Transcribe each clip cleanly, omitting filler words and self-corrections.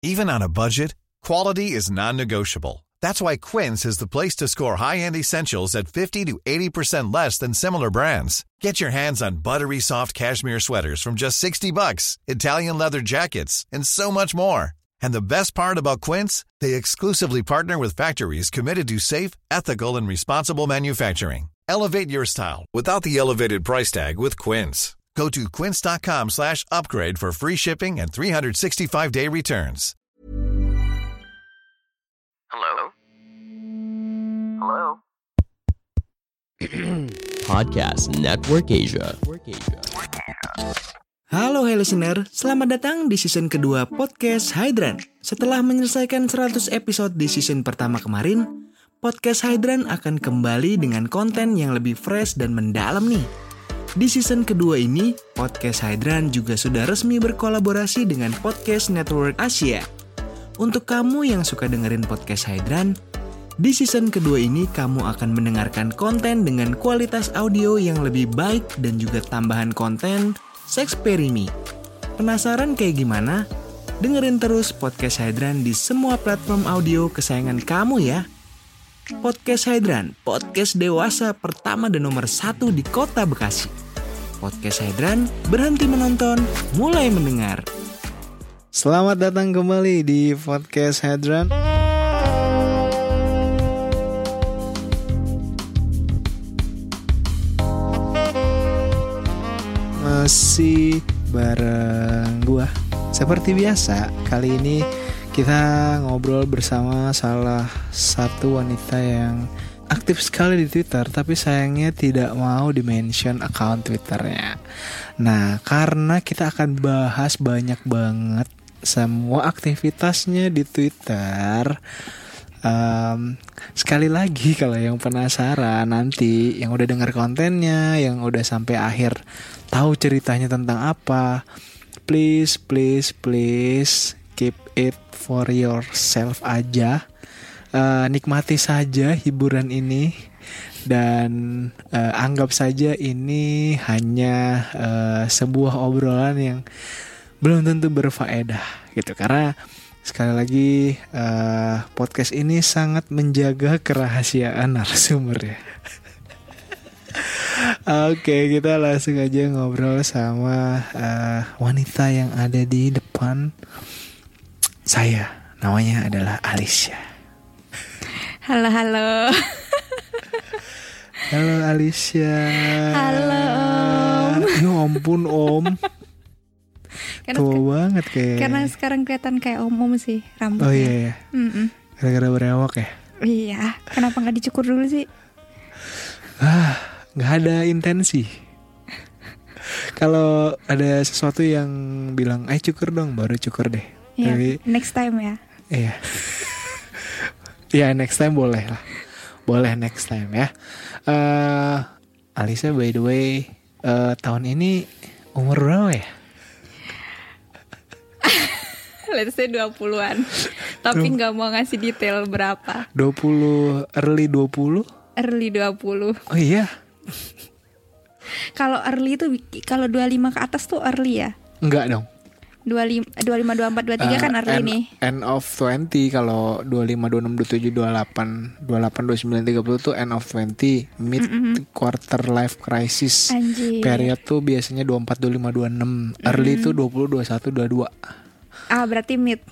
Even on a budget, quality is non-negotiable. That's why Quince is the place to score high-end essentials at 50 to 80% less than similar brands. Get your hands on buttery soft cashmere sweaters from just $60, Italian leather jackets, and so much more. And the best part about Quince, they exclusively partner with factories committed to safe, ethical, and responsible manufacturing. Elevate your style without the elevated price tag with Quince. Go to quince.com/upgrade for free shipping and 365-day returns. Hello? Hello? Podcast Network Asia. Halo hey listener, selamat datang di season kedua Podcast Hydran. Setelah menyelesaikan 100 episode di season pertama kemarin, Podcast Hydran akan kembali dengan konten yang lebih fresh dan mendalam nih. Di season kedua ini, Podcast Hydran juga sudah resmi berkolaborasi dengan Podcast Network Asia. Untuk kamu yang suka dengerin Podcast Hydran, di season kedua ini kamu akan mendengarkan konten dengan kualitas audio yang lebih baik dan juga tambahan konten Sexperimi. Penasaran kayak gimana? Dengerin terus Podcast Hydran di semua platform audio kesayangan kamu ya. Podcast Hydran, podcast dewasa pertama dan nomor 1 di kota Bekasi. Podcast Hydran, berhenti menonton, mulai mendengar. Selamat datang kembali di Podcast Hydran. Masih bareng gua. Seperti biasa, kali ini kita ngobrol bersama salah satu wanita yang aktif sekali di Twitter, tapi sayangnya tidak mau di-mention account Twitternya. Nah, karena kita akan bahas banyak banget semua aktivitasnya di Twitter. Sekali lagi kalau yang penasaran nanti, yang udah dengar kontennya, yang udah sampai akhir tahu ceritanya tentang apa, please keep it for yourself aja. Nikmati saja hiburan ini dan anggap saja ini hanya sebuah obrolan yang belum tentu berfaedah gitu, karena sekali lagi podcast ini sangat menjaga kerahasiaan narasumber ya. Oke, kita langsung aja ngobrol sama wanita yang ada di depan saya. Namanya adalah Alicia. Halo. Halo Alicia. Halo Om. Ya ampun Om. Tua banget kayak. Karena sekarang kelihatan kayak om sih rambutnya. Oh iya. Gara-gara berewok ya. Iya. Kenapa nggak dicukur dulu sih? Nggak ada intensi. Kalau ada sesuatu yang bilang, cukur dong, baru cukur deh. Iya. Tapi, next time ya. Iya. Ya next time boleh lah. Boleh next time ya. Alisa by the way, tahun ini umur berapa ya? Let's say 20-an. Tapi gak mau ngasih detail berapa. 20, early 20? Early 20. Oh iya? Kalau early itu, kalau 25 ke atas tuh early ya? Enggak dong. 25, 24, 23 kan early nih. End of 20. Kalau 25, 26, 27, 28, 29, 30 tuh end of 20. Mid quarter life crisis. Anjir. Period tuh biasanya 24, 25, 26. Early tuh 20, 21, 22. Berarti mid.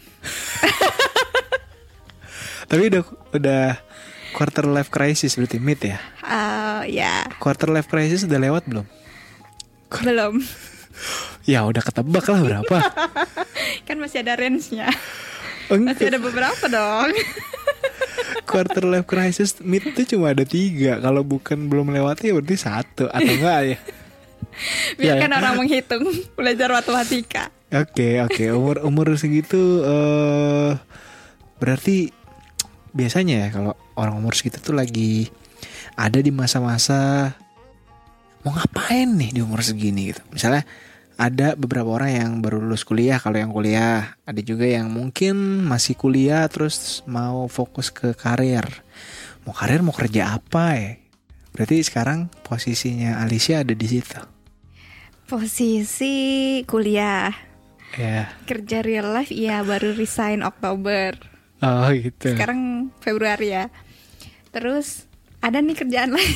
Tapi udah quarter life crisis berarti mid ya? Ya. Quarter life crisis udah lewat belum? Belum. Ya udah ketebak lah berapa. Kan masih ada range-nya. Enggak. Masih ada beberapa dong. Quarter life crisis mid tuh cuma ada 3. Kalau bukan belum lewati ya berarti 1 atau enggak ya? Biarkan orang menghitung, belajar matematika. Oke. Umur segitu berarti biasanya ya kalau orang umur segitu tuh lagi ada di masa-masa mau ngapain nih di umur segini gitu. Misalnya ada beberapa orang yang baru lulus kuliah, kalau yang kuliah. Ada juga yang mungkin masih kuliah terus mau fokus ke karir. Mau kerja apa ya? Berarti sekarang posisinya Alicia ada di situ. Posisi kuliah. Ya. Kerja real life iya baru resign Oktober. Oh gitu. Sekarang Februari ya. Terus ada nih kerjaan lain.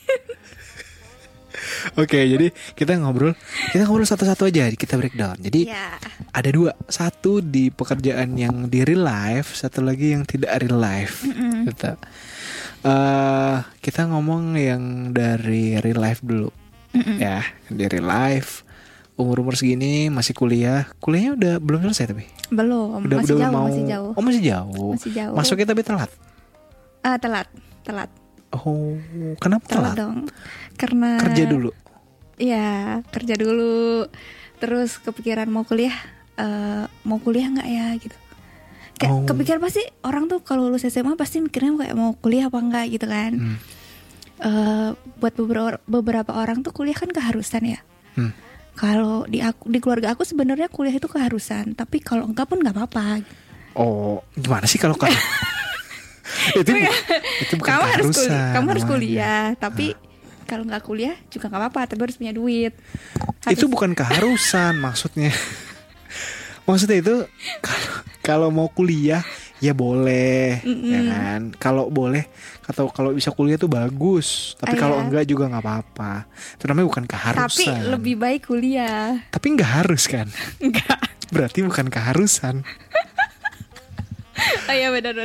Oke, jadi kita ngobrol satu-satu aja, kita breakdown. Jadi Ya. ada 2, satu di pekerjaan yang di real life, satu lagi yang tidak real life. Gitu. Kita ngomong yang dari real life dulu. Ya, di real life. Umur segini masih kuliah. Kuliahnya udah belum selesai tapi. Belum, Udah masih jauh, mau. masih jauh. Oh, masih jauh. Masih jauh. Masuknya tapi telat. Telat Oh, kenapa telat? dong. Karena Kerja dulu. Iya, kerja dulu. Terus kepikiran mau kuliah nggak ya gitu. Kayak kepikiran pasti orang tuh kalau lulus SMA pasti mikirnya kayak mau kuliah apa enggak gitu kan. Buat beberapa orang tuh kuliah kan keharusan ya. Kalau di keluarga aku sebenarnya kuliah itu keharusan, tapi kalau enggak pun nggak apa-apa. Oh, gimana sih kalau itu bukan keharusan. Kamu harus kuliah, tapi kalau nggak kuliah juga nggak apa-apa, tapi harus punya duit. Itu bukan keharusan maksudnya. Maksudnya itu kalau mau kuliah ya boleh, ya kan? Kalau boleh atau kalau bisa kuliah tuh bagus. Tapi kalau enggak juga nggak apa-apa. Itu namanya bukan keharusan. Tapi lebih baik kuliah. Tapi nggak harus kan? Enggak. Berarti bukan keharusan. Oh iya benar.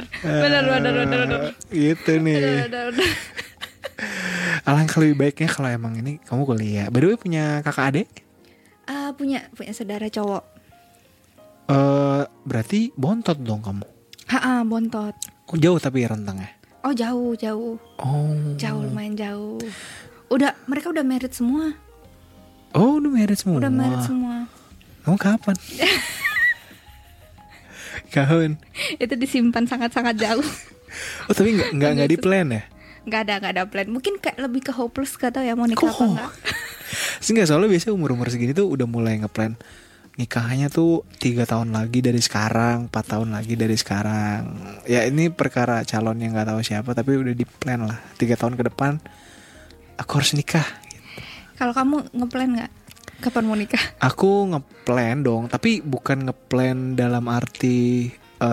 Gitu nih. Benar. Alangkah lebih baiknya kalau emang ini kamu kuliah. By the way punya kakak adik? Punya saudara cowok. Berarti bontot dong kamu. Bontot. Oh, jauh tapi rentangnya. Oh jauh. Oh. Jauh, lumayan jauh. Mereka udah married semua. Oh, udah married semua. Udah married semua. Kamu kapan? Kapan? Itu disimpan sangat-sangat jauh. Oh, tapi enggak di plan ya? Enggak ada plan. Mungkin kayak lebih ke hopeless, gak tau ya mau nikah apa enggak. Enggak, soalnya biasanya umur segini tuh udah mulai ngeplan nikahnya tuh 3 tahun lagi dari sekarang, 4 tahun lagi dari sekarang. Ya ini perkara calon yang nggak tahu siapa, tapi udah di plan lah 3 tahun ke depan aku harus nikah. Kalau kamu ngeplan nggak kapan mau nikah? Aku ngeplan dong, tapi bukan ngeplan dalam arti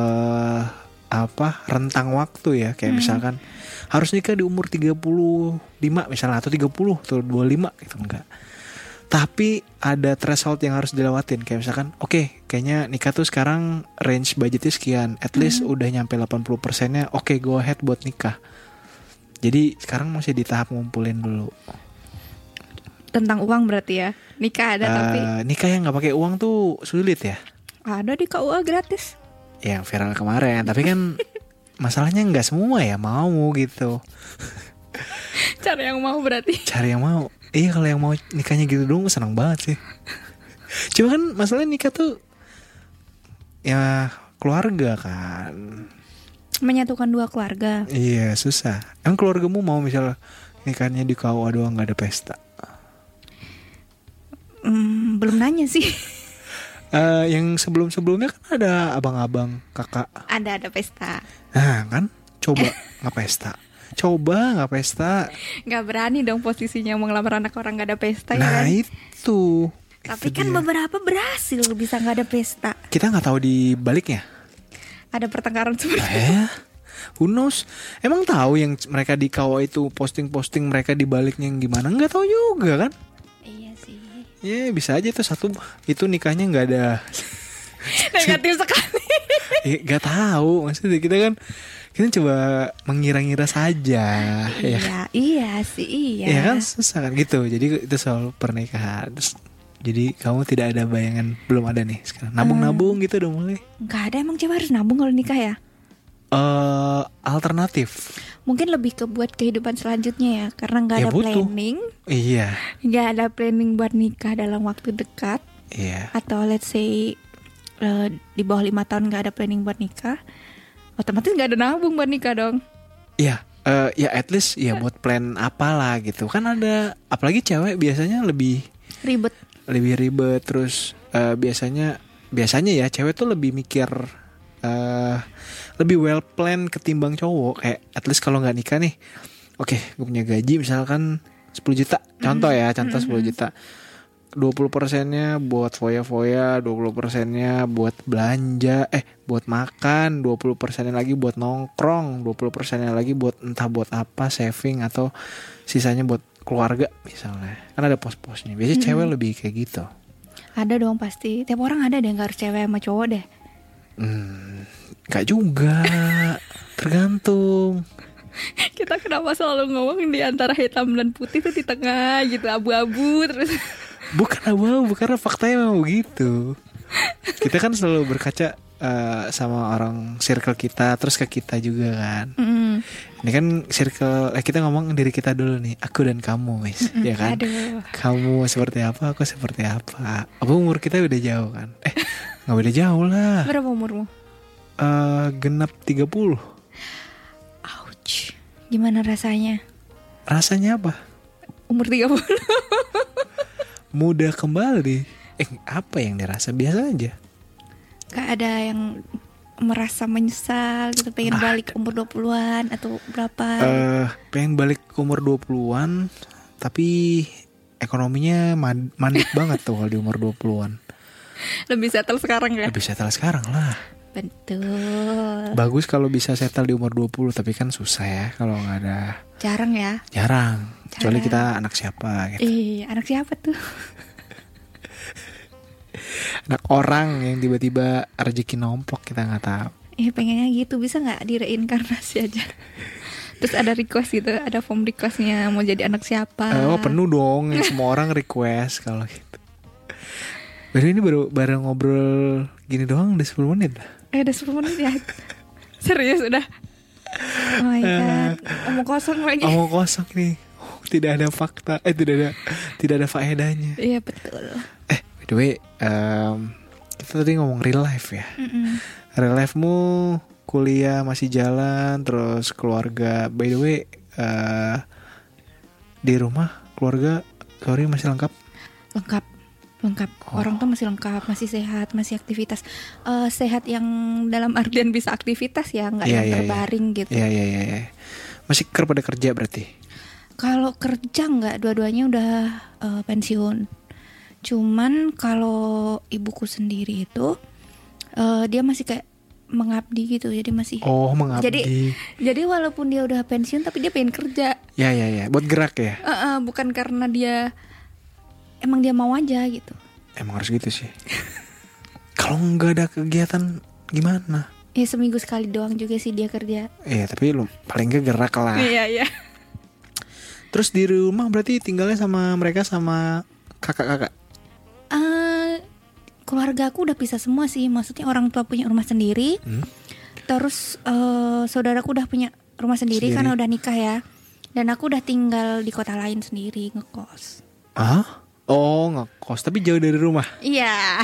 rentang waktu ya, kayak misalkan harus nikah di umur 35 misalnya atau 30 atau 25 gitu, enggak. Tapi ada threshold yang harus dilewatin. Kayak misalkan kayaknya nikah tuh sekarang range budgetnya sekian, at least udah nyampe 80%-nya, go ahead buat nikah. Jadi sekarang masih di tahap ngumpulin dulu. Tentang uang berarti ya. Nikah ada tapi nikah yang nggak pakai uang tuh sulit ya. Ada di KUA gratis. Yang viral kemarin, tapi kan masalahnya nggak semua ya mau gitu. Cara yang mau berarti. Cari yang mau. Iya, kalau yang mau nikahnya gitu dong senang banget sih. Cuma kan masalahnya nikah tuh ya keluarga kan. Menyatukan dua keluarga. Iya, susah. Emang keluargamu mau misal nikahnya di KUA doang, nggak ada pesta? Belum nanya sih. Yang sebelum-sebelumnya kan ada abang-abang, kakak. Ada pesta. Nah kan, coba nggak pesta. Coba nggak pesta. Nggak berani dong posisinya mau ngelamar anak orang nggak ada pesta. Nah ya kan? itu. Tapi kan beberapa berhasil bisa nggak ada pesta. Kita nggak tahu di baliknya. Ada pertengkaran seperti itu. Who knows? Emang tahu yang mereka di KUA itu posting-posting mereka di baliknya yang gimana? Nggak tahu juga kan? Iya sih. Ya bisa aja tuh satu itu nikahnya nggak ada. Negatif sekali. Nggak tahu, maksudnya kita coba mengira-ngira saja. Iya sih. Ya kan susah kan gitu. Jadi itu soal pernikahan. Jadi kamu tidak ada bayangan, belum ada nih sekarang. Nabung-nabung gitu udah mulai. Nggak ada, emang cewek harus nabung kalau nikah ya? Alternatif. Mungkin lebih ke buat kehidupan selanjutnya ya, karena nggak ada planning. Iya. Nggak ada planning buat nikah dalam waktu dekat. Iya. Atau let's say di bawah 5 tahun nggak ada planning buat nikah, otomatis nggak ada nabung buat nikah dong. Iya. Ya at least ya buat plan apalah gitu. Kan ada, apalagi cewek biasanya lebih ribet terus biasanya ya cewek tuh lebih mikir lebih well plan ketimbang cowok. Kayak at least kalau nggak nikah nih, gue punya gaji misalkan 10 juta contoh 10 juta, 20%-nya buat foya-foya, 20%-nya buat belanja, buat makan, 20%-nya lagi buat nongkrong, 20%-nya lagi buat entah buat apa, saving atau sisanya buat keluarga misalnya. Kan ada pos-posnya. Biasanya cewek lebih kayak gitu. Ada dong pasti. Tiap orang ada deh, gak harus cewek sama cowok deh. Gak juga. Tergantung. Kita kenapa selalu ngomong di antara hitam dan putih tuh di tengah gitu, abu-abu terus. Bukan abu-abu, karena faktanya memang begitu. Kita kan selalu berkaca sama orang circle kita, terus ke kita juga kan. Ini kan circle, kita ngomong diri kita dulu nih, aku dan kamu, Miss, ya kan? Aduh. Kamu seperti apa, aku seperti apa. Apa umur kita beda jauh kan? Nggak beda jauh lah. Berapa umurmu? Genap 30. Ouch. Gimana rasanya? Rasanya apa? Umur 30. Mudah kembali. Apa yang dirasa? Biasa aja. Gak ada yang merasa menyesal gitu, pengen balik umur 20-an atau berapa? Pengen balik ke umur 20-an, tapi ekonominya mandek banget tuh kalau di umur 20-an. Lebih settle sekarang ya? Lebih settle sekarang lah. Betul. Bagus kalau bisa settle di umur 20, tapi kan susah ya kalau nggak ada. Jarang ya? Jarang. Kecuali kita anak siapa gitu. Anak siapa tuh? Anak orang yang tiba-tiba rezeki nomplok, kita nggak tahu. Pengennya gitu, bisa nggak direinkarnasi aja? Terus ada request gitu, ada form requestnya mau jadi anak siapa? Penuh dong, semua orang request kalau gitu. Baru ini baru ngobrol gini doang udah 10 menit. Udah 10 menit ya? Serius udah? Oh my god, omong kosong lagi. Omong kosong nih. Tidak ada fakta, tidak ada faedahnya. Iya betul. By the way, kita tadi ngomong real life ya. Real life-mu kuliah masih jalan, terus keluarga. By the way, di rumah keluarga masih lengkap? Lengkap. Orang tuh masih lengkap, masih sehat, masih aktivitas. Sehat yang dalam artian bisa aktivitas ya, nggak yang terbaring gitu. Iya. Masih pada kerja berarti? Kalau kerja nggak, dua-duanya udah pensiun. Cuman kalau ibuku sendiri itu dia masih kayak mengabdi gitu, jadi masih. Oh, mengabdi. Jadi walaupun dia udah pensiun, tapi dia pengen kerja. Ya. Buat gerak ya. Bukan karena emang dia mau aja gitu. Emang harus gitu sih. Kalau nggak ada kegiatan gimana? Ya seminggu sekali doang juga sih dia kerja. Iya, tapi lu paling nggak gerak lah. Iya. Terus di rumah berarti tinggalnya sama mereka, sama kakak-kakak? Keluarga aku udah pisah semua sih. Maksudnya orang tua punya rumah sendiri. Terus saudaraku udah punya rumah sendiri karena udah nikah ya. Dan aku udah tinggal di kota lain sendiri, ngekos. Oh, ngekos tapi jauh dari rumah. Iya.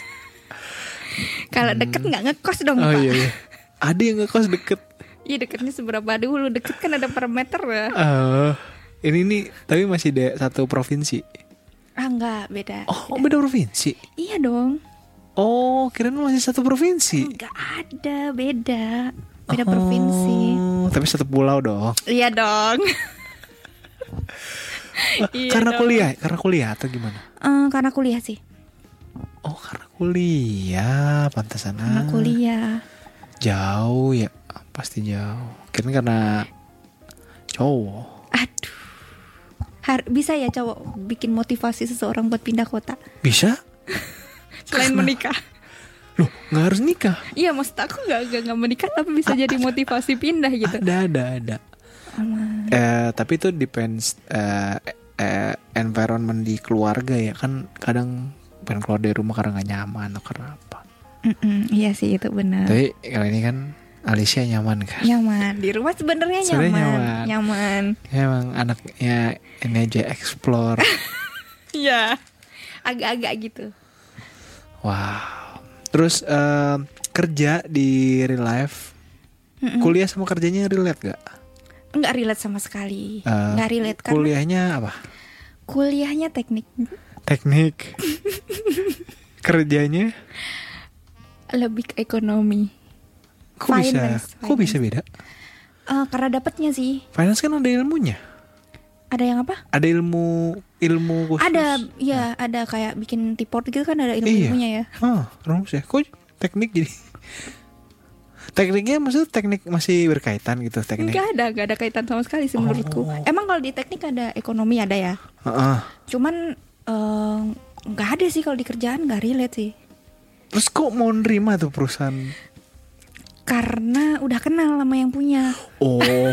Kalau deket nggak ngekos dong, Pak. Iya. Ada yang ngekos deket. Iya, deketnya seberapa dulu? Deket kan ada parameter ya. Ini nih tapi masih satu provinsi. Enggak, beda. Oh, beda provinsi? Iya dong. Oh, kirain masih satu provinsi. Enggak ada, beda provinsi. Tapi satu pulau dong. Iya dong. Karena kuliah atau gimana? Karena kuliah sih. Oh, karena kuliah, pantesan. Karena kuliah. Jauh ya, pasti jauh. Karena cowok. Aduh. Bisa ya cowok bikin motivasi seseorang buat pindah kota? Bisa. Selain menikah. Loh, nggak harus nikah? Iya, maksud aku nggak menikah tapi bisa jadi motivasi pindah gitu. Ada. Tapi itu depends environment di keluarga ya, kan kadang pengen keluar dari rumah karena nggak nyaman atau karena apa. Iya sih, itu benar. Tapi kalau ini kan Alicia nyaman kan? Nyaman di rumah sebenarnya nyaman. Ya, emang anaknya ini aja explore. Iya, agak-agak gitu. Wow. Terus kerja di real life, kuliah sama kerjanya relate gak? Nggak relate sama sekali. Nggak relate kan? Kuliahnya apa? Kuliahnya teknik. Kerjanya lebih ke ekonomi. Kok bisa beda? Karena dapatnya sih. Finance kan ada ilmunya. Ada yang apa? Ada ilmu khusus. Ada kayak bikin tiport gitu kan ada ilmunya ya. Rumus ya. Kok teknik jadi? Tekniknya maksudnya teknik masih berkaitan gitu teknik? Gak ada kaitan sama sekali sih menurutku. Emang kalau di teknik ada ekonomi ada ya. Cuman nggak ada sih kalau di kerjaan nggak relate sih. Terus kok mau nerima tuh perusahaan? Karena udah kenal sama yang punya. Oh.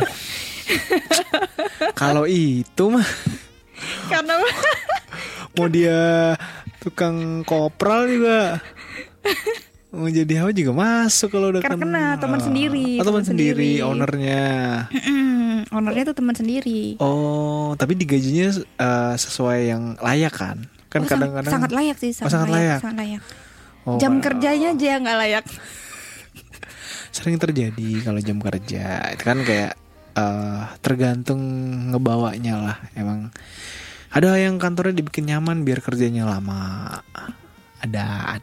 Kalau itu mah Karena mau dia tukang kopral juga mau jadi apa juga masuk kalau udah karena teman sendiri. Teman sendiri ownernya. Ownernya tuh teman sendiri. Oh, tapi digajinya sesuai yang layak kan? Kan kadang-kadang sangat layak sih, sangat layak. Oh, jam kerjanya aja yang nggak layak. Sering terjadi kalau jam kerja itu kan kayak tergantung ngebawanya lah. Emang ada yang kantornya dibikin nyaman biar kerjanya lama. Ada.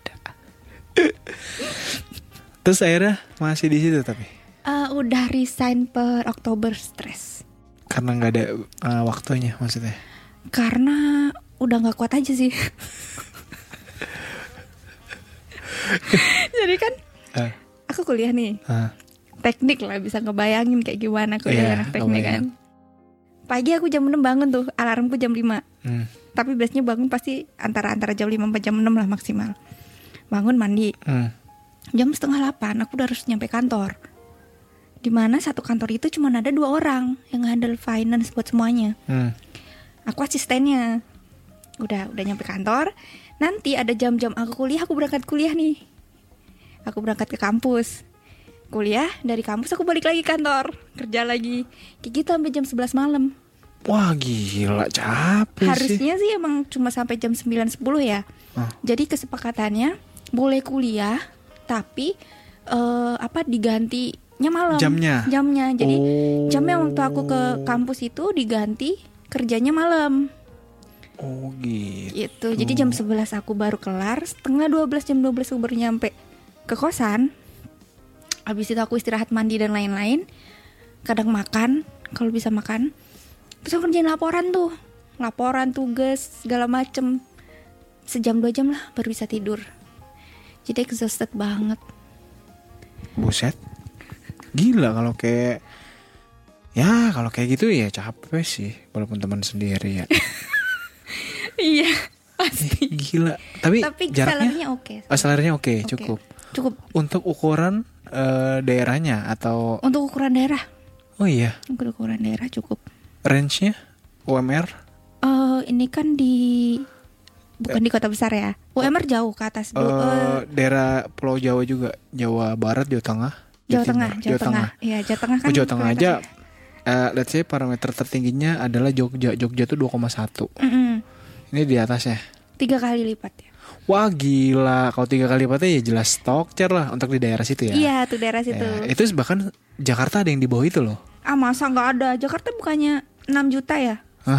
Terus akhirnya masih di situ tapi udah resign per Oktober, stres. karena nggak ada waktunya maksudnya. Karena udah nggak kuat aja sih. Jadi kan aku kuliah nih. Teknik lah, bisa ngebayangin kayak gimana kuliah anak teknik kan. Pagi aku jam 6 bangun tuh, alarmku jam 5. Tapi biasanya bangun pasti antara jam 5 sampai jam 6 lah maksimal. Bangun mandi. Jam 7:30 aku udah harus nyampe kantor. Dimana satu kantor itu cuma ada 2 orang yang handle finance buat semuanya. Aku asistennya. Udah nyampe kantor. Nanti ada jam-jam aku kuliah, aku berangkat kuliah nih. Aku berangkat ke kampus. Kuliah, dari kampus aku balik lagi kantor, kerja lagi. Kayak gitu sampai jam 11 malam. Wah gila, capek Harusnya sih emang cuma sampai jam 9-10 ya. Jadi kesepakatannya boleh kuliah, tapi digantinya malam. Jamnya. Jadi jamnya waktu aku ke kampus itu diganti kerjanya malam. Oh gitu. Jadi jam 11 aku baru kelar, setengah 12, jam 12 aku baru nyampe ke kosan. Habis itu aku istirahat, mandi dan lain-lain. Kadang makan, kalau bisa makan. Terus aku kerjain laporan tugas segala macem. Sejam 2 jam lah baru bisa tidur. Jadi exhausted banget. Buset. Gila kalau kayak gitu ya capek sih, walaupun teman sendiri ya. Iya, pasti. Gila. Tapi jaraknya oke. Salarinya oke, cukup. Untuk ukuran daerahnya atau untuk ukuran daerah? Oh iya. Untuk ukuran daerah cukup. Range-nya UMR? Ini kan bukan di kota besar ya. UMR jauh ke atas. Daerah Pulau Jawa juga, Jawa Barat, Jawa Tengah. Jawa Tengah. Iya, Jawa Tengah kan. Jawa Tengah aja. Let's say parameter tertingginya adalah Jogja. Jogja tuh 2,1. Ini di atasnya 3 kali lipat ya. Wah gila, kalau 3 kali lipatnya ya jelas Stokcer lah untuk di daerah situ ya. Iya tuh daerah situ ya, itu bahkan Jakarta ada yang di bawah itu loh. Masa gak ada? Jakarta bukannya 6 juta ya?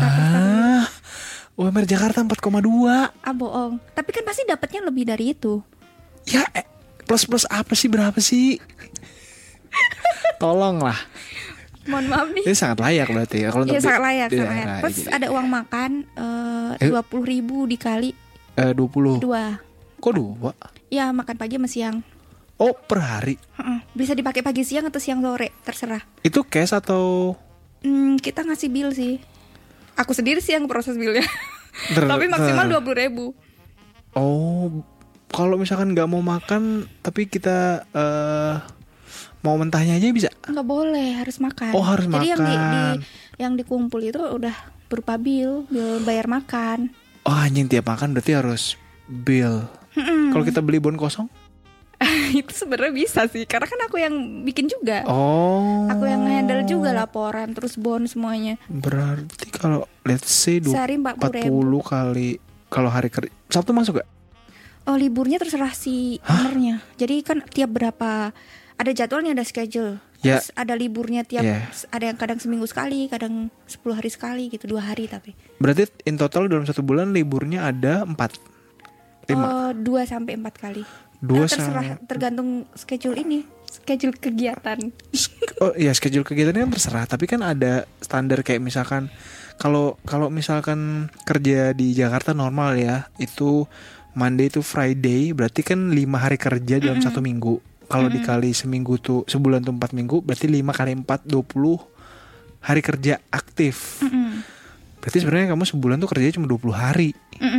UMR Jakarta 4,2. Bohong. Tapi kan pasti dapatnya lebih dari itu. Ya plus apa sih, berapa sih? Tolong lah. Mohon maaf nih. Ini sangat layak berarti ya. Kalau sangat layak. Terus ada uang makan 20.000 dikali 20. 2. Kok 2? Ya makan pagi sama siang. Oh per hari? Bisa dipakai pagi siang atau siang sore, terserah. Itu cash atau? Kita ngasih bill sih. Aku sendiri sih yang proses billnya. Tapi maksimal 20.000. Oh, kalau misalkan nggak mau makan tapi kita mau mentahnya aja bisa? Nggak boleh, harus makan. Oh harus Jadi makan. yang dikumpul itu udah berupa bill bayar makan. Oh anjing, tiap makan berarti harus bill. Kalau kita beli bon kosong? Itu sebenarnya bisa sih, karena kan aku yang bikin juga. Oh. Aku yang handle juga laporan, terus bon semuanya. Berarti kalau let's say sehari 40 kali, kalau hari kerja Sabtu masuk gak? Oh liburnya terserah si ownernya. Jadi kan tiap berapa ada jadwalnya, ada schedule. Terus ada liburnya tiap ada yang kadang seminggu sekali, kadang 10 hari sekali gitu, 2 hari tapi. Berarti in total dalam 1 bulan liburnya ada 4? 5? 2 sampai 4 kali. 2 Terserah, tergantung schedule kegiatan. Oh iya, schedule kegiatannya kan terserah, tapi kan ada standar kayak misalkan kalau misalkan kerja di Jakarta normal ya, itu Monday to Friday, berarti kan 5 hari kerja dalam satu minggu. Kalau dikali seminggu tuh, sebulan tuh 4 minggu, berarti 5 kali 4, 20 hari kerja aktif. Berarti sebenarnya kamu sebulan tuh kerjanya cuma 20 hari.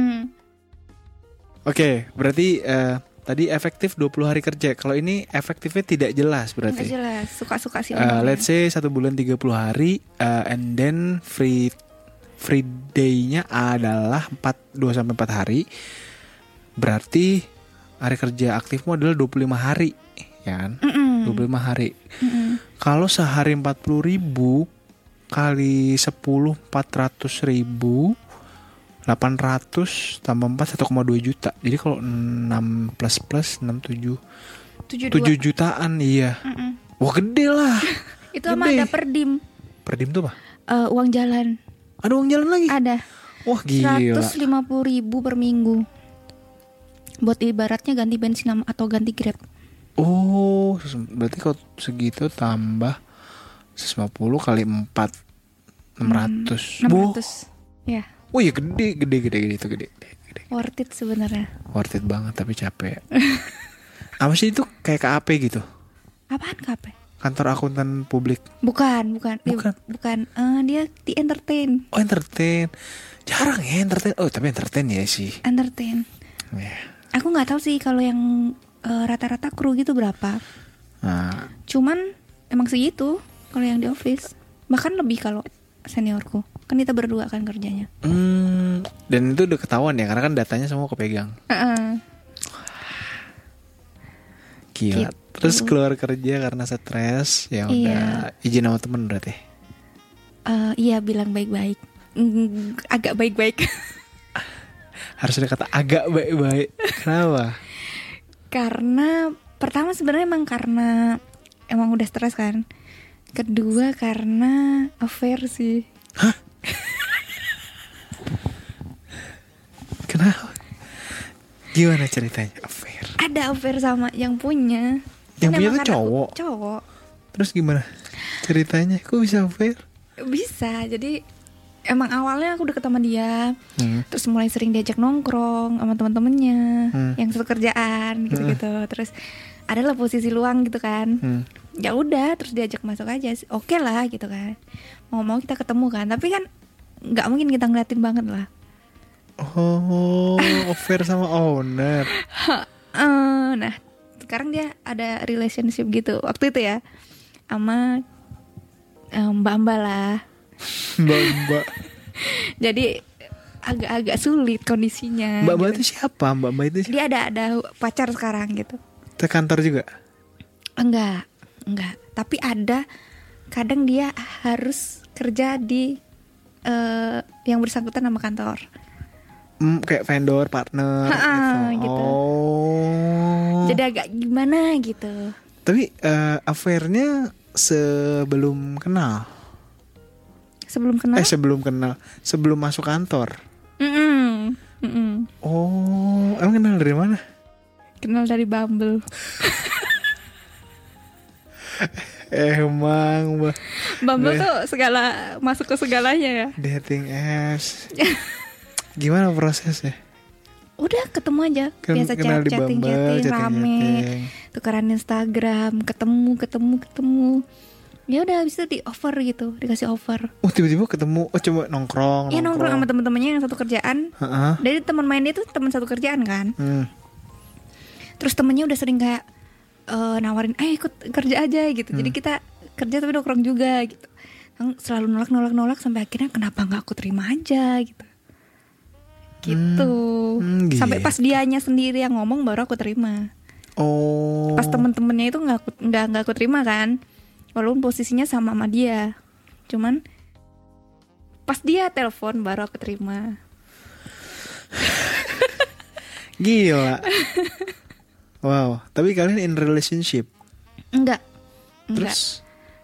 Oke, berarti tadi efektif 20 hari kerja. Kalau ini efektifnya tidak jelas berarti. Tidak jelas, suka-suka sih. Let's say 1 bulan 30 hari, and then free day-nya adalah 2 sampai 4 hari. Berarti hari kerja aktifmu adalah 25 hari, ya kan? 25 hari. Kalau sehari 40.000 kali 10 400.000, 800 tambah 4 1,2 juta. Jadi kalau 6 plus 6 7 jutaan, iya. Wah, gede lah. Itu sama ada perdim. Perdim tuh apa? Uang jalan. Ada uang jalan lagi? Ada. Wah, gila. 150.000 per minggu. Buat ibaratnya ganti bensin atau ganti Grab. Oh, berarti kalau segitu tambah 150 kali 4 600. 600. Ya. Oh iya, gede itu gede. Worth it sebenarnya. Worth it banget tapi capek. Apa sih itu kayak KAP gitu? Apaan KAP? Kantor akuntan publik. Bukan. Dia di entertain. Oh, entertain. Jarang ya entertain. Oh, tapi entertain ya sih. Entertain. Yeah. Aku nggak tahu sih kalau yang rata-rata kru gitu berapa. Nah. Cuman emang segitu kalau yang di office. Bahkan lebih kalau seniorku. Kan kita berdua kan kerjanya. Dan itu udah ketahuan ya, karena kan datanya semua kepegang. Gila. Gitu. Terus keluar kerja karena stres, ya udah izin sama temen berarti. Iya, bilang baik-baik. Agak baik-baik. Harus ada kata agak baik-baik. Kenapa? Karena pertama sebenarnya emang udah stres kan. Kedua karena affair sih. Hah? Kenapa? Gimana ceritanya affair? Ada affair sama yang punya. Yang punya tuh cowok? Cowok. Terus gimana ceritanya? Kok bisa affair? Bisa, jadi emang awalnya aku deket sama dia, terus mulai sering diajak nongkrong sama teman-temannya yang satu kerjaan gitu-gitu. Terus adalah posisi luang gitu kan. Ya udah, terus diajak masuk aja. Oke lah gitu kan. Mau kita ketemu kan, tapi kan nggak mungkin kita ngeliatin banget lah. Oh, affair sama owner. Nah, sekarang dia ada relationship gitu waktu itu ya sama Mbak lah. Mbak. Jadi agak-agak sulit kondisinya. Mbak gitu. itu siapa? Mbak itu siapa? Dia ada pacar sekarang gitu. Ke kantor juga? Enggak. Tapi ada, kadang dia harus kerja di yang bersangkutan sama kantor. Kayak vendor, partner gitu. Oh. Jadi agak gimana gitu. Tapi affairnya sebelum kenal? Sebelum kenal, sebelum masuk kantor. Oh, emang kenal dari mana? Kenal dari Bumble. Emang Bumble tuh masuk ke segalanya ya. Dating apps. Gimana prosesnya? Udah ketemu aja, biasa chatting rame, tukeran Instagram, ketemu. Ya udah, habis itu di offer gitu, dikasih offer. Oh, tiba-tiba ketemu, cuma nongkrong. Iya, nongkrong sama teman-temannya yang satu kerjaan. Dari teman main dia tuh teman satu kerjaan kan. Terus temennya udah sering kayak nawarin, ikut kerja aja gitu. Jadi kita kerja tapi nongkrong juga gitu. Selalu nolak sampai akhirnya kenapa nggak aku terima aja gitu. Sampai pas dianya sendiri yang ngomong baru aku terima. Oh. Pas temen-temennya itu nggak aku terima kan. Walaupun posisinya sama dia. Cuman pas dia telepon baru aku terima. Gila. Wow. Tapi kalian in relationship? Enggak. Terus?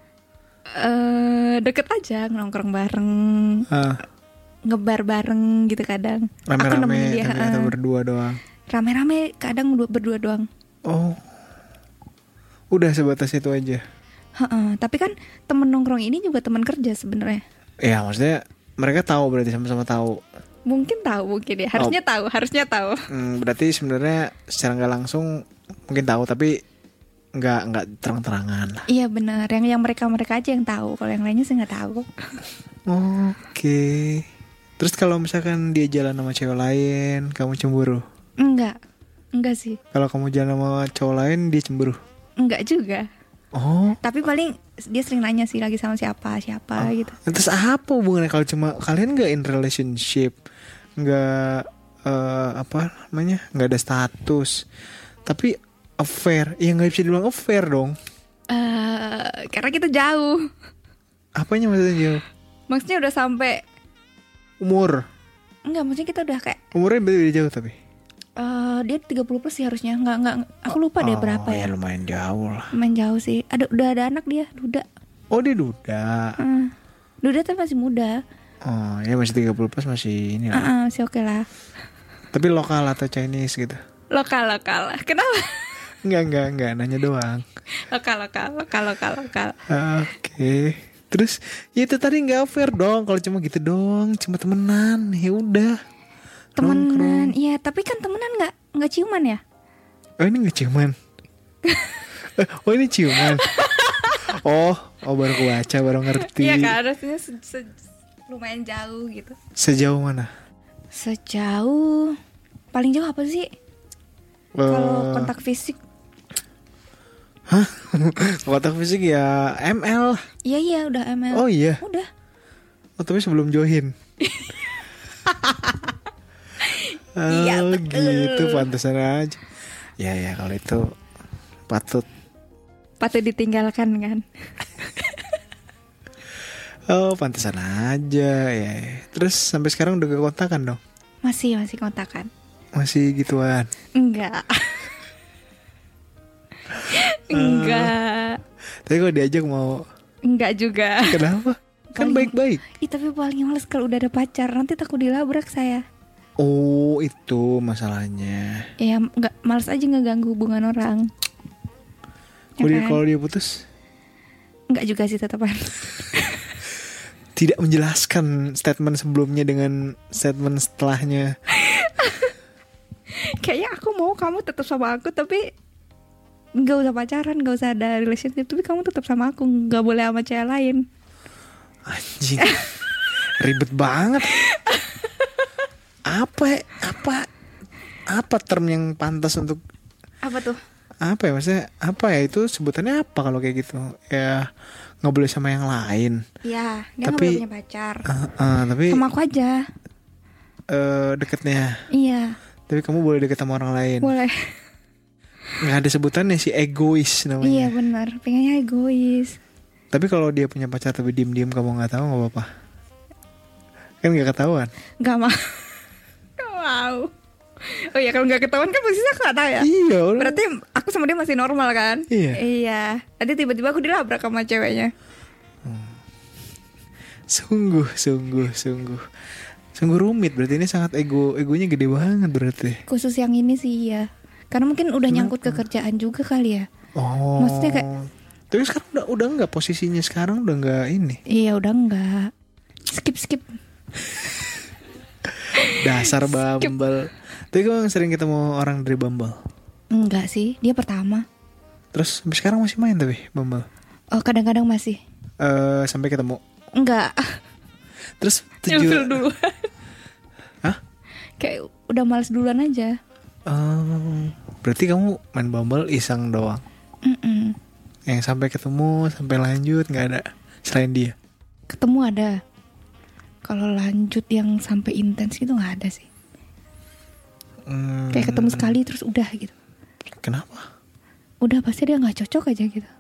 Deket aja, nongkrong bareng, ngebar bareng gitu kadang. Rame-rame atau berdua doang? Rame-rame kadang berdua doang. Oh, udah sebatas itu aja. Heeh, tapi kan temen nongkrong ini juga teman kerja sebenarnya. Ya maksudnya mereka tahu, berarti sama-sama tahu. Mungkin tahu, mungkin ya. Harusnya tahu. Berarti sebenarnya secara nggak langsung mungkin tahu, tapi nggak terang-terangan lah. Iya benar. Yang mereka aja yang tahu. Kalau yang lainnya sih nggak tahu. Oke. Terus kalau misalkan dia jalan sama cewek lain, kamu cemburu? Enggak sih. Kalau kamu jalan sama cowok lain, dia cemburu? Enggak juga. Oh. Tapi paling dia sering nanya sih lagi sama siapa gitu. Terus apa hubungannya kalau cuma kalian nggak in relationship, nggak nggak ada status, tapi affair? Ya nggak bisa dibilang affair dong. Karena kita jauh. Apanya maksudnya jauh? Maksudnya udah sampai umur? Enggak, maksudnya kita udah kayak umurnya beda jauh tapi. Dia 30 plus sih harusnya. Enggak. Aku lupa deh berapa ya. Lumayan jauh lah. Lumayan jauh sih. Udah ada anak dia, duda. Oh, dia duda. Duda tapi masih muda. Oh, ya masih 30 plus masih ini lah. Masih oke lah. Tapi lokal atau Chinese gitu? Lokal. Kenapa? Enggak, nanya doang. Lokal. Oke. Terus ya itu tadi nggak fair dong kalau cuma gitu dong, cuma temenan, ya udah. Temenan, iya, tapi kan temenan nggak ciuman ya? Oh, ini nggak ciuman. Oh, ini ciuman. Oh baru kebaca, baru ngerti. Iya kan, harusnya lumayan jauh gitu. Sejauh mana? Sejauh paling jauh apa sih? Kalau kontak fisik. Hah? Kontak fisik ya ML. Iya udah ML. Oh iya. Udah. Oh, tapi sebelum join. Iya gitu, pantesan aja. Ya kalau itu patut ditinggalkan kan. Oh, pantesan aja ya. Terus sampai sekarang udah gak kontakan dong? Masih kontakan. Masih gituan? Enggak. Enggak. Tapi kalau diajak mau? Enggak juga. Kenapa? Kan baik-baik. Tapi paling males kalau udah ada pacar, nanti takut dilabrak saya. Oh, itu masalahnya. Ya enggak, males aja ngeganggu hubungan orang. Kalau dia putus? Enggak juga sih, tetapan. Tidak menjelaskan statement sebelumnya dengan statement setelahnya. Kayaknya aku mau kamu tetap sama aku, tapi nggak usah pacaran, nggak usah ada relationship, tapi kamu tetap sama aku, nggak boleh sama cewek lain. Anjing, ribet banget. Apa term yang pantas untuk? Apa tuh? Apa ya, maksudnya apa ya, itu sebutannya apa kalau kayak gitu? Ya nggak boleh sama yang lain. Iya, dia nggak boleh punya pacar. Tapi sama aku aja. Deketnya. Iya. Tapi kamu boleh deket sama orang lain. Boleh. Nggak ada sebutannya sih, egois namanya. Iya benar, pengennya egois. Tapi kalau dia punya pacar tapi diem-diem kamu nggak tahu, nggak apa-apa. Kan nggak ketahuan. Nggak mau. Nggak mau. Oh iya, kalau nggak ketahuan kan posisinya aku nggak tahu ya. Iya. Berarti aku sama dia masih normal kan? Iya. Nanti tiba-tiba aku dilabrak sama ceweknya. Sungguh rumit. Berarti ini sangat egonya gede banget berarti. Khusus yang ini sih ya. Karena mungkin udah nyangkut ke kerjaan juga kali ya. Oh. Maksudnya kayak. Tapi sekarang udah nggak, posisinya sekarang udah nggak ini. Iya udah nggak. Skip. Dasar Bumble. Tapi kamu sering ketemu orang dari Bumble? Enggak sih, dia pertama. Terus sampai sekarang masih main tapi Bumble? Oh kadang-kadang masih. Sampai ketemu? Enggak. Terus nyusul duluan. Hah? Kayak udah males duluan aja. Berarti kamu main Bumble iseng doang? Yang sampai ketemu, sampai lanjut nggak ada selain dia? Ketemu ada. Kalau lanjut yang sampai intens gitu nggak ada sih. Kayak ketemu sekali terus udah gitu. Kenapa? Udah pasti dia nggak cocok aja gitu.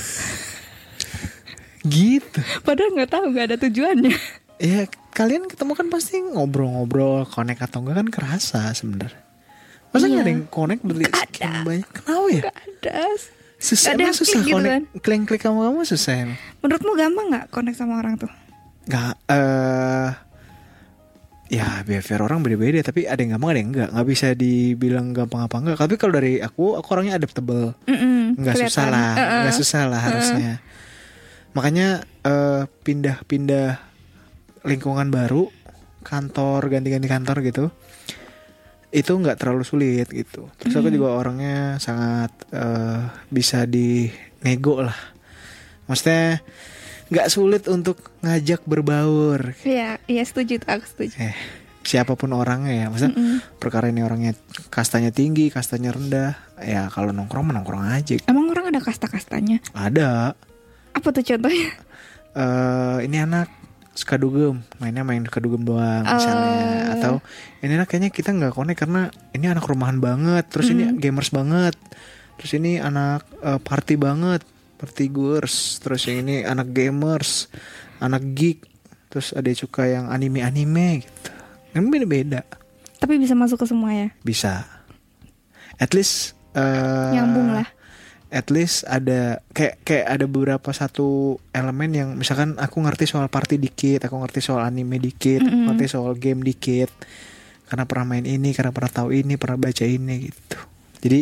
Gitu. Padahal nggak tahu, nggak ada tujuannya. Ya kalian ketemu kan pasti ngobrol-ngobrol, connect atau enggak kan kerasa sebenarnya. Masa nggak ada yang connect sekian banyak? Kenapa ya? Gak ada. Susah gitu connect, kan? Klik sama kamu susah emang. Menurutmu gampang nggak connect sama orang tuh? Nggak. ya behavior orang beda-beda, tapi ada yang gampang ada yang enggak. Nggak bisa dibilang gampang apa enggak. Tapi kalau dari aku orangnya adaptable. Nggak susah lah, nggak susah lah harusnya. Makanya pindah-pindah lingkungan baru, kantor, ganti-ganti kantor gitu, itu nggak terlalu sulit gitu. Terus aku juga orangnya sangat bisa dinego lah. Maksudnya nggak sulit untuk ngajak berbaur. Iya setuju, aku setuju. Siapapun orangnya ya, maksudnya perkara ini orangnya kastanya tinggi, kastanya rendah, ya kalau nongkrong aja. Emang orang ada kasta-kastanya? Ada. Apa tuh contohnya? Ini anak suka dugem, mainnya main suka dugem doang misalnya. Atau ini anak kayaknya kita nggak connect karena ini anak rumahan banget, terus ini gamers banget, terus ini anak party banget, party goers, terus yang ini anak gamers, anak geek, terus ada suka yang anime gitu. Kan beda-beda. Tapi bisa masuk ke semua ya? Bisa. At least nyambung lah. At least ada kayak ada beberapa satu elemen yang misalkan aku ngerti soal party dikit, aku ngerti soal anime dikit, ngerti soal game dikit. Karena pernah main ini, karena pernah tahu ini, pernah baca ini gitu. Jadi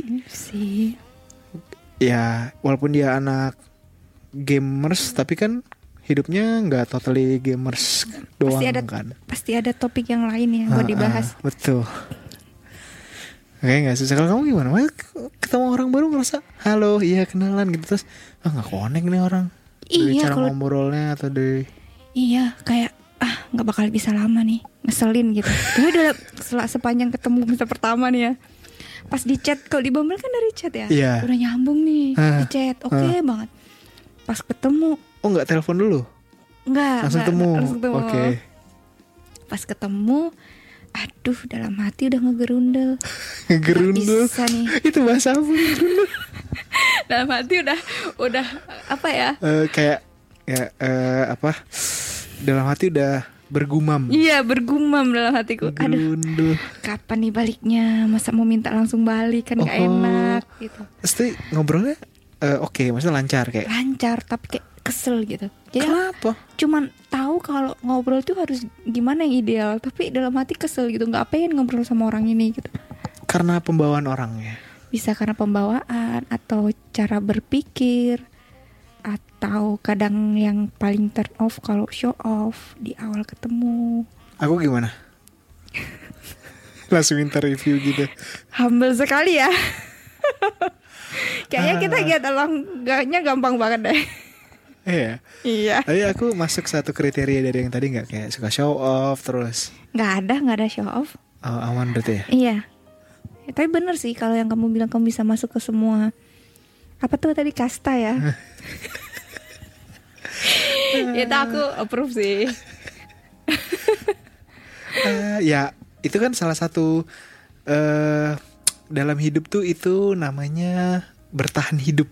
ya walaupun dia anak gamers tapi kan hidupnya nggak totally gamers doang kan. Pasti ada topik yang lain yang buat dibahas. Betul. Oke, nggak susah. Kalau kamu gimana? Mas ketemu orang baru ngerasa halo, iya kenalan gitu, terus nggak connect nih orang. Dari cara ngobrolnya atau dari kayak nggak bakal bisa lama nih, ngeselin gitu. Tapi udah sepanjang ketemu masa pertama nih ya. Pas di chat, kalau di Bumble kan dari chat ya, udah nyambung nih di chat, oke banget. Pas ketemu, nggak telepon dulu? Nggak, langsung ketemu. Oke. Pas ketemu, aduh dalam hati udah ngegerundel. Ngegerundel? Bisa nih. Itu bahasa apa? Dalam hati udah apa ya? Kayak apa? Dalam hati udah bergumam. Iya, bergumam dalam hatiku. Aduh, kapan nih baliknya? Masa mau minta langsung balik kan gak enak gitu. Pasti ngobrolnya oke, maksudnya lancar kayak. Lancar, tapi kayak kesel gitu. Jadi kenapa? Cuman tahu kalau ngobrol tuh harus gimana yang ideal, tapi dalam hati kesel gitu, nggak pengen ngobrol sama orang ini gitu. Karena pembawaan orangnya. Bisa karena pembawaan atau cara berpikir, atau kadang yang paling turn off kalau show off di awal ketemu. Aku gimana? Langsung interview gitu. Humble sekali ya. Kayaknya kita lihat alangnya gampang banget deh. Iya. Tapi aku masuk satu kriteria dari yang tadi nggak, kayak suka show off terus? Nggak ada show off. Oh, aman berarti ya? Iya. Tapi bener sih kalau yang kamu bilang kamu bisa masuk ke semua. Apa tuh tadi kasta ya? Itu aku approve sih. Ya itu kan salah satu dalam hidup tuh itu namanya bertahan hidup.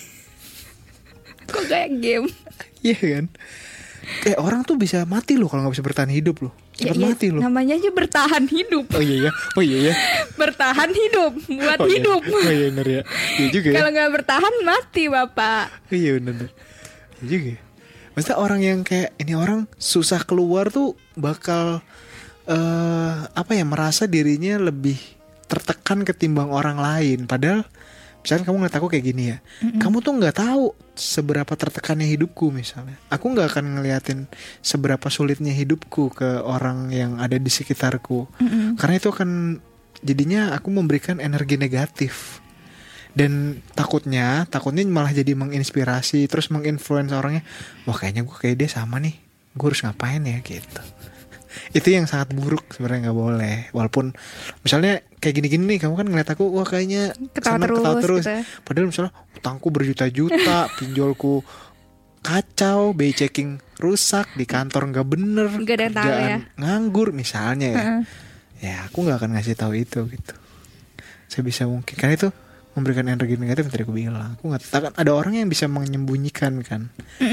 Kok kayak game? Iya kan? Kayak orang tuh bisa mati loh kalau nggak bisa bertahan hidup loh. Cepet mati loh. Namanya aja bertahan hidup. Oh iya ya. Bertahan hidup, buat hidup. Iya. Oh iya benar ya. Iya juga ya. Kalau nggak bertahan mati bapak. Iya benar. Iya juga. Maksudnya orang yang kayak ini orang susah keluar tuh bakal merasa dirinya lebih tertekan ketimbang orang lain. Padahal misalkan kamu ngeliat aku kayak gini ya, kamu tuh nggak tahu seberapa tertekannya hidupku misalnya. Aku nggak akan ngeliatin seberapa sulitnya hidupku ke orang yang ada di sekitarku, karena itu akan jadinya aku memberikan energi negatif. Dan takutnya malah jadi menginspirasi, terus menginfluence orangnya. Wah kayaknya gue kayak dia sama nih, gue harus ngapain ya gitu. Itu yang sangat buruk sebenarnya, nggak boleh. Walaupun misalnya kayak gini-gini nih, kamu kan ngeliat aku wah kayaknya ketawa terus gitu. Padahal misalnya utangku berjuta-juta, pinjolku kacau, BI checking rusak, di kantor nggak bener, kerjaan nganggur misalnya ya. Ya aku nggak akan ngasih tahu itu gitu. Sebisa mungkin, karena itu memberikan energi negatif yang tadi aku bilang. Aku nggak tahu, ada orang yang bisa menyembunyikan kan.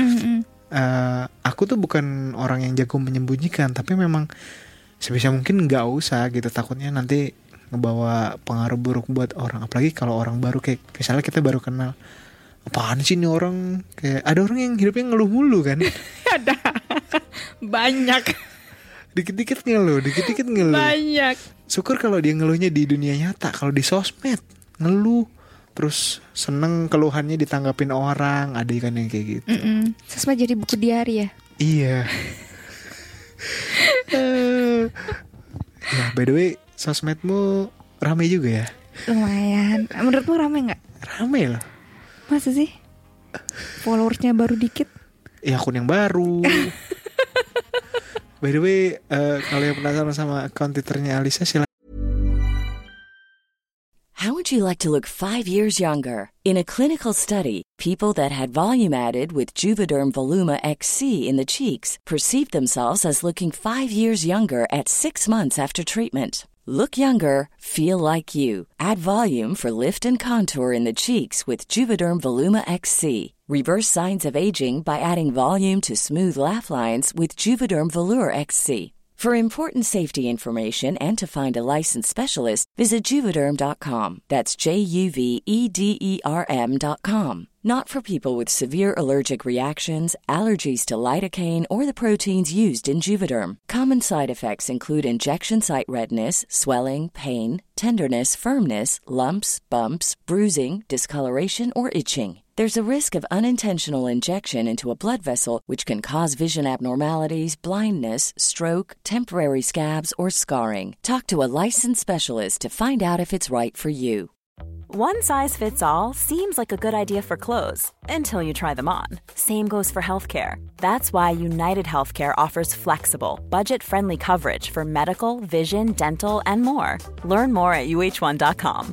Aku tuh bukan orang yang jago menyembunyikan, tapi memang sebisa mungkin nggak usah gitu, takutnya nanti ngebawa pengaruh buruk buat orang. Apalagi kalau orang baru, kayak misalnya kita baru kenal, apaan sih nih orang, kayak ada orang yang hidupnya ngeluh mulu kan. Ada banyak. Dikit-dikit ngeluh. Banyak. Syukur kalau dia ngeluhnya di dunia nyata. Kalau di sosmed ngeluh, terus seneng keluhannya ditanggapin orang. Ada kan yang kayak gitu. Sosmed jadi buku diari ya. Iya. Ya, by the way, sosmedmu rame juga ya? Lumayan. Menurutmu rame gak? Rame loh. Masa sih? Followersnya baru dikit. Ya akun yang baru. By the way, kalau yang penasaran sama akun Twitternya Alisa, silakan. How would you like to look 5 years younger? In a clinical study, people that had volume added with Juvederm Voluma XC in the cheeks perceived themselves as looking 5 years younger at 6 months after treatment. Look younger, feel like you. Add volume for lift and contour in the cheeks with Juvederm Voluma XC. Reverse signs of aging by adding volume to smooth laugh lines with Juvederm Volure XC. For important safety information and to find a licensed specialist, visit Juvederm.com. That's JUVEDERM.com. Not for people with severe allergic reactions, allergies to lidocaine, or the proteins used in Juvederm. Common side effects include injection site redness, swelling, pain, tenderness, firmness, lumps, bumps, bruising, discoloration, or itching. There's a risk of unintentional injection into a blood vessel, which can cause vision abnormalities, blindness, stroke, temporary scabs, or scarring. Talk to a licensed specialist to find out if it's right for you. One size fits all seems like a good idea for clothes until you try them on. Same goes for healthcare. That's why United Healthcare offers flexible, budget-friendly coverage for medical, vision, dental, and more. Learn more at uh1.com.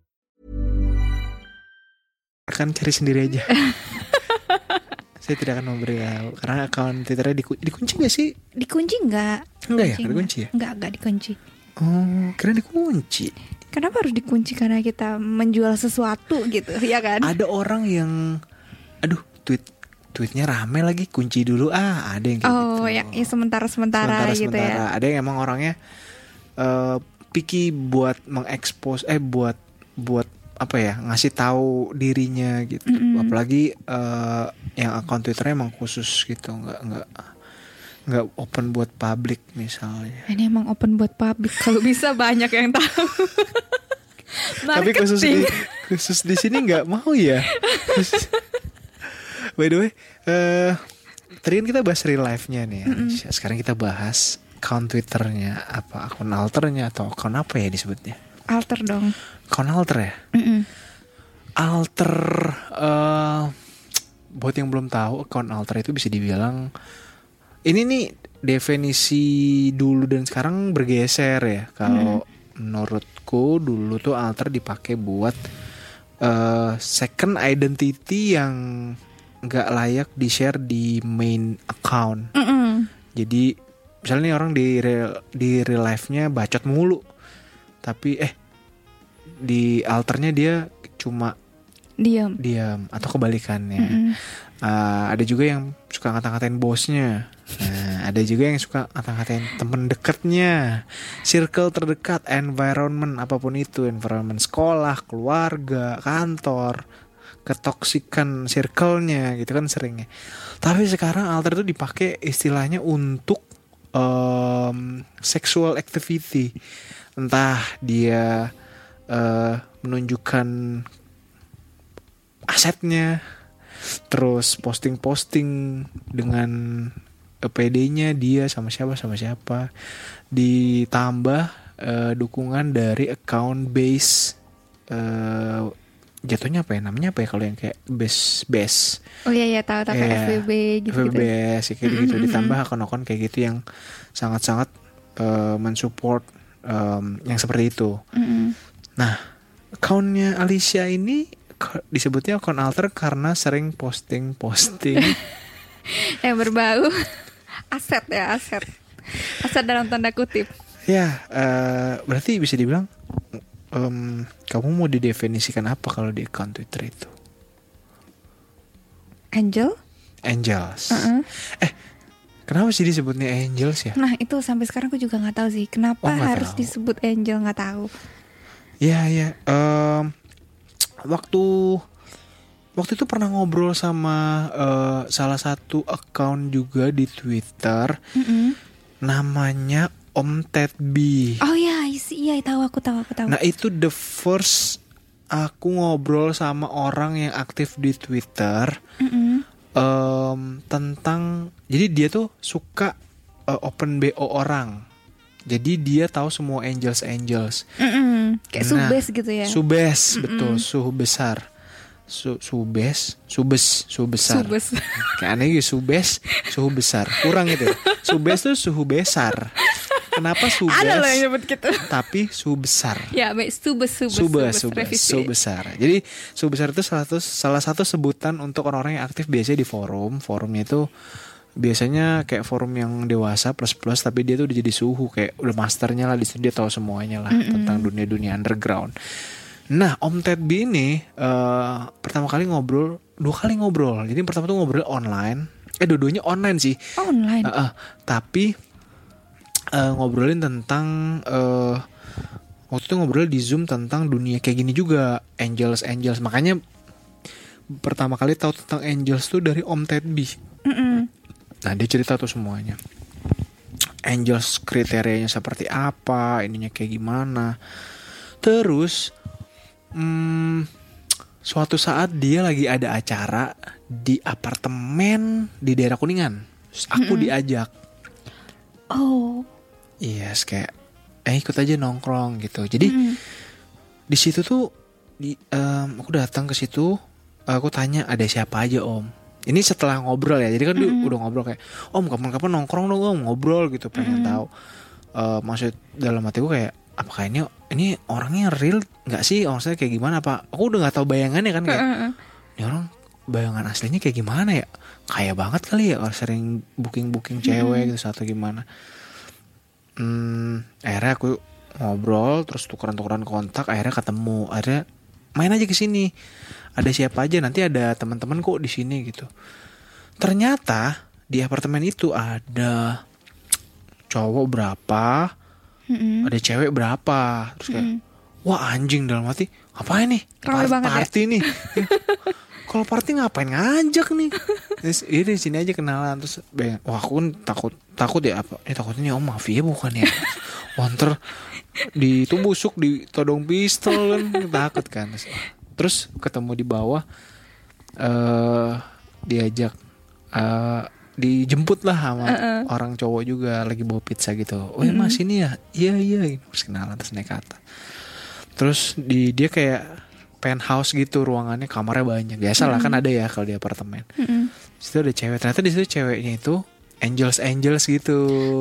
Akan cari sendiri aja. Saya tidak akan memberi tahu karena akun Twitternya dikunci nggak sih? Dikunci nggak? Enggak ya, dikunci ya? Nggak dikunci. Oh, kira dikunci. Kenapa harus dikunci? Karena kita menjual sesuatu gitu, ya kan? Ada orang yang, aduh, tweetnya rame lagi, kunci dulu. Ada yang kayak gitu. Oh, ya sementara gitu ya. Ada yang emang orangnya picky buat mengekspos, buat apa ya, ngasih tahu dirinya gitu. Apalagi yang akun Twitternya emang khusus gitu, nggak open buat publik misalnya. Ini emang open buat publik, kalau bisa banyak yang tahu. Tapi khusus di sini nggak mau ya. By the way, tadi kan kita bahas real life-nya nih ya. Sekarang kita bahas akun Twitternya, apa akun alternya atau akun apa ya disebutnya? Alter dong. Akun alter ya? Alter, buat yang belum tahu, akun alter itu bisa dibilang, ini nih definisi dulu dan sekarang bergeser ya. Kalau menurutku dulu tuh alter dipakai buat second identity yang nggak layak di share di main account. Jadi misalnya orang di real life-nya bacot mulu, tapi di alternya dia cuma diam atau kebalikannya. Ada juga yang suka ngata-ngatain bosnya. Ada juga yang suka ngata-ngatain temen dekatnya, circle terdekat, environment apapun itu, environment sekolah, keluarga, kantor, ketoksikan circle-nya gitu kan seringnya. Tapi sekarang alter itu dipakai istilahnya untuk sexual activity. Entah dia menunjukkan asetnya, terus posting-posting dengan PD-nya dia sama siapa, ditambah dukungan dari account base, jatuhnya apa ya namanya, apa ya kalau yang kayak base. Oh iya tahu FWB gitu. FWB kayak gitu, ditambah akun-akun kayak gitu yang sangat-sangat mensupport yang seperti itu. Nah, akunnya Alicia ini disebutnya akun alter karena sering posting yang berbau aset dalam tanda kutip. Ya, berarti bisa dibilang kamu mau didefinisikan apa kalau di akun Twitter itu? Angels. Kenapa sih disebutnya angels ya? Nah itu sampai sekarang aku juga nggak tahu sih kenapa harus disebut angel, nggak tahu. Ya. Waktu itu pernah ngobrol sama salah satu account juga di Twitter. Namanya Om Ted B. Oh iya, iya tahu aku tahu. Nah itu the first aku ngobrol sama orang yang aktif di Twitter tentang, jadi dia tuh suka open BO orang. Jadi dia tahu semua angels. Kayak subes gitu ya. Subes, betul, suhu besar. Subesar. Kayak aneh gitu, subes, suhu besar. Kurang itu. Subes tuh suhu besar. Kenapa subes? Ada loh yang nyebut gitu. Tapi suhu besar. Ya, baik, subes. Suhu besar. Jadi suhu besar itu salah satu sebutan untuk orang-orang yang aktif biasanya di forum. Forumnya itu biasanya kayak forum yang dewasa plus tapi dia tuh udah jadi suhu, kayak udah masternya lah di situ, dia tahu semuanya lah tentang dunia underground. Nah Om Ted B ini pertama kali ngobrol, 2 kali ngobrol. Jadi pertama tuh ngobrol online, dua-duanya online sih. Online. Tapi ngobrolin tentang waktu itu ngobrol di Zoom tentang dunia kayak gini juga, angels. Makanya pertama kali tahu tentang angels tuh dari Om Ted B. Nah dia cerita tuh semuanya, angels kriterianya seperti apa, ininya kayak gimana. Terus suatu saat dia lagi ada acara di apartemen di daerah Kuningan. Terus aku diajak. Oh. Yes, kayak ikut aja nongkrong gitu. Jadi di situ tuh aku datang ke situ, aku tanya ada siapa aja Om. Ini setelah ngobrol ya, jadi kan dia udah ngobrol kayak, Om kapan-kapan nongkrong dong Om, ngobrol gitu, pengen tahu. Maksud dalam hati gue kayak, apakah ini orangnya real nggak sih? Maksudnya kayak gimana Pak? Aku udah nggak tahu bayangannya kan kayak, ini orang bayangan aslinya kayak gimana ya? Kaya banget kali ya, sering booking cewek gitu atau gimana? Akhirnya aku ngobrol, terus tukeran kontak, akhirnya ketemu, akhirnya main aja ke sini. Ada siapa aja, nanti ada teman-teman kok di sini gitu. Ternyata di apartemen itu ada cowok berapa, ada cewek berapa. Terus kayak, wah anjing, dalam hati, ngapain nih? Party nih. Kalau party ngapain ngajak nih? Terus ini sini aja kenalan. Terus wah aku kan takut ya, apa? Ini takutnya Om mafia bukan ya? Wanter busuk ditodong pistol kan, takut kan. Terus ketemu di bawah, diajak, dijemput lah sama orang cowok juga lagi bawa pizza gitu. Oh ya Mas ini ya, iya. Terus kenalan, terus naik ke atas. Terus dia kayak penthouse gitu ruangannya, kamarnya banyak. Biasa lah kan ada ya kalau di apartemen. Situ ada cewek. Ternyata di situ ceweknya itu angels gitu.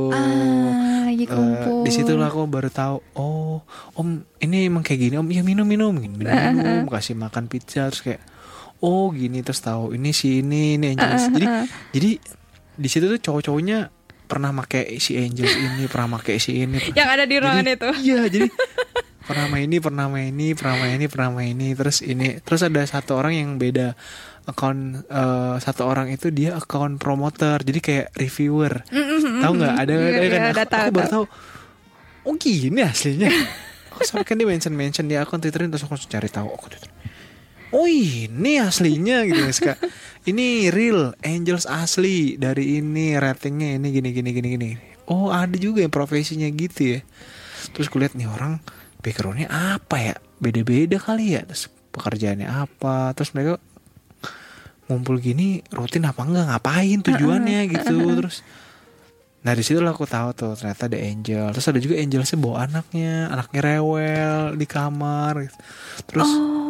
Di situ lah aku baru tahu, oh Om ini emang kayak gini Om, ya minum kasih makan pizza, terus kayak oh gini, terus tahu ini angels. Jadi di situ tuh cowok-cowoknya pernah pakai si angels ini, pernah pakai si ini yang ada di ruangan itu. Iya, jadi pernah main ini, terus ada satu orang yang beda account, satu orang itu dia account promoter, jadi kayak reviewer. Tahu nggak? Ada kan? Aku baru tahu. Oh gini aslinya. Sampai kan dia mention dia akun Twitterin, terus aku cari tahu akun Twitter. Oh ini aslinya gitu guys. Ini real angels asli, dari ini ratingnya ini gini. Oh ada juga yang profesinya gitu ya. Terus kulihat nih orang backgroundnya apa ya, beda-beda kali ya. Terus pekerjaannya apa, terus mereka ngumpul gini rutin apa enggak, ngapain tujuannya gitu. Terus nah di situ lah aku tahu tuh ternyata ada angel. Terus ada juga angelsnya bawa anaknya rewel di kamar gitu. Terus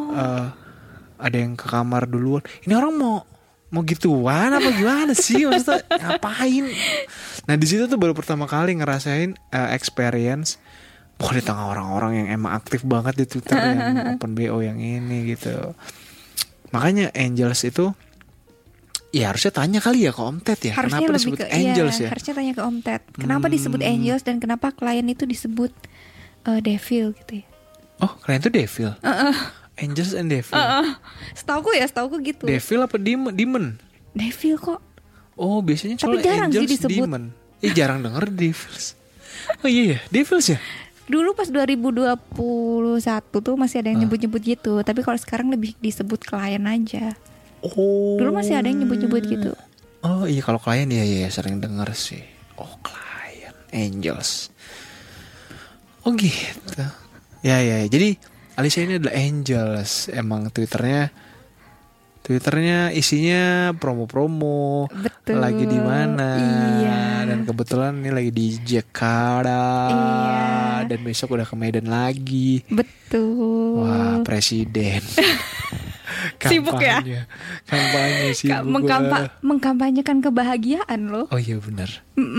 ada yang ke kamar duluan. Ini orang mau gituan apa gimana sih, maksudnya ngapain? Nah di situ tuh baru pertama kali ngerasain experience di tengah orang-orang yang emang aktif banget di Twitter, yang open BO yang ini gitu. Makanya angels itu ya harusnya tanya kali ya ke Om Ted ya, harusnya kenapa disebut angels ya? Harusnya tanya ke Om Ted, kenapa disebut angels dan kenapa klien itu disebut devil gitu ya? Oh klien itu devil? Angels and devil? Setauku gitu. Devil apa demon? Devil kok. Oh biasanya tapi jarang angels, sih disebut. demon. Jarang denger devils. Oh iya devils ya? Dulu pas 2021 tuh masih ada yang nyebut-nyebut gitu, tapi kalau sekarang lebih disebut klien aja. Oh. Dulu masih ada yang nyebut-nyebut gitu. Oh iya kalau klien ya sering denger sih. Oh klien. Angels. Oh gitu. Ya. Jadi Alicia ini adalah Angels. Emang Twitternya isinya promo-promo. Betul. Lagi di mana? Iya. Dan kebetulan ini lagi di Jakarta. Iya. Dan besok udah ke Medan lagi. Betul. Wah, presiden. Sibuk ya? Kampanye sibuk. Mengkampanyekan kebahagiaan loh. Oh iya benar.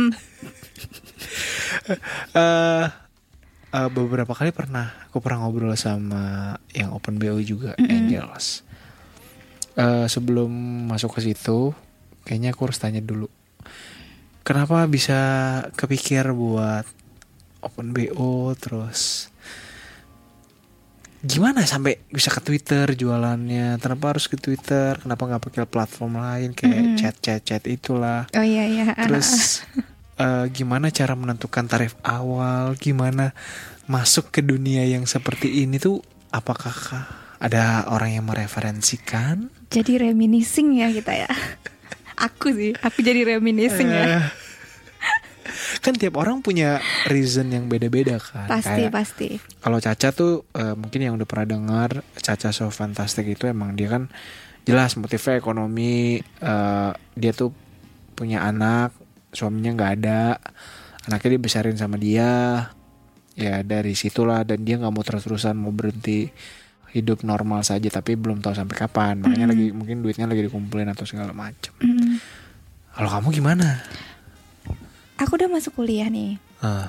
Beberapa kali aku pernah ngobrol sama yang Open BO juga, Angels. Sebelum masuk ke situ, kayaknya aku harus tanya dulu, kenapa bisa kepikir buat Open BO, terus gimana sampai bisa ke Twitter jualannya? Kenapa harus ke Twitter? Kenapa nggak pakai platform lain kayak chat itulah? Oh iya. Terus gimana cara menentukan tarif awal? Gimana masuk ke dunia yang seperti ini tuh? Apakah ada orang yang mereferensikan? Jadi reminiscing ya kita ya. Aku jadi reminiscing ya. Kan tiap orang punya reason yang beda-beda kan. Pasti. Kalau Caca tuh mungkin yang udah pernah dengar, Caca So Fantastic itu emang dia kan jelas motifnya ekonomi. Dia tuh punya anak, suaminya nggak ada, anaknya dibesarin sama dia. Ya dari situlah, dan dia nggak mau terus-terusan, mau berhenti hidup normal saja, tapi belum tahu sampai kapan. Makanya lagi mungkin duitnya lagi dikumpulin atau segala macam. Kalau kamu gimana? Aku udah masuk kuliah nih.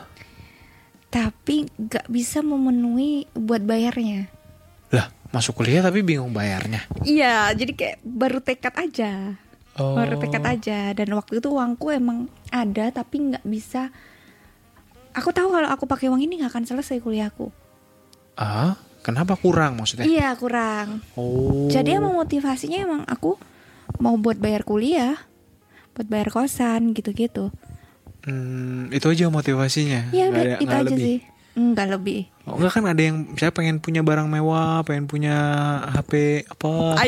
Tapi gak bisa memenuhi buat bayarnya. Lah, masuk kuliah tapi bingung bayarnya? Iya, jadi kayak baru tekad aja. Dan waktu itu uangku emang ada, tapi gak bisa. Aku tahu kalau aku pakai uang ini gak akan selesai kuliahku. Kenapa kurang maksudnya? Iya, kurang. Jadi emang motivasinya emang aku mau buat bayar kuliah, buat bayar kosan, gitu-gitu. Itu aja motivasinya. Iya, itu aja lebih. sih. Enggak lebih. Enggak kan ada yang saya pengen punya barang mewah, pengen punya HP apa?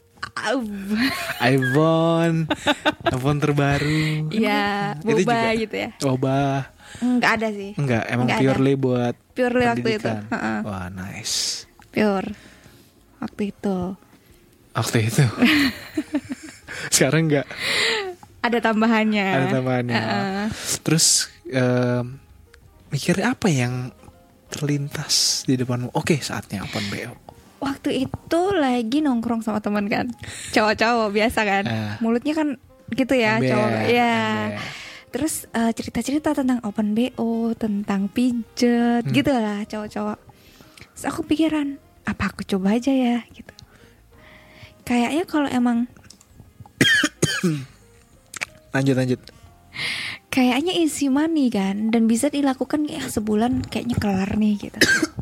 iPhone terbaru. Iya, boba gitu ya. Boba. Enggak ada sih. Enggak, emang purely ada. buat purely waktu itu. Wah, nice. Pure. Waktu itu. Sekarang enggak. Ada tambahannya. Terus mikir apa yang terlintas di depanmu? Oke, saatnya Open BO. Waktu itu lagi nongkrong sama teman kan, cowok-cowok biasa kan, mulutnya kan gitu ya, cowok ya. Terus cerita-cerita tentang Open BO, tentang pijet, gitu lah cowok-cowok. Terus aku pikiran, apa aku coba aja ya, gitu. Kayaknya kalau emang lanjut. Kayaknya easy money kan, dan bisa dilakukan ya sebulan kayaknya kelar nih gitu.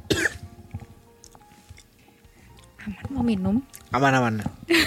Aman, mau minum? Aman.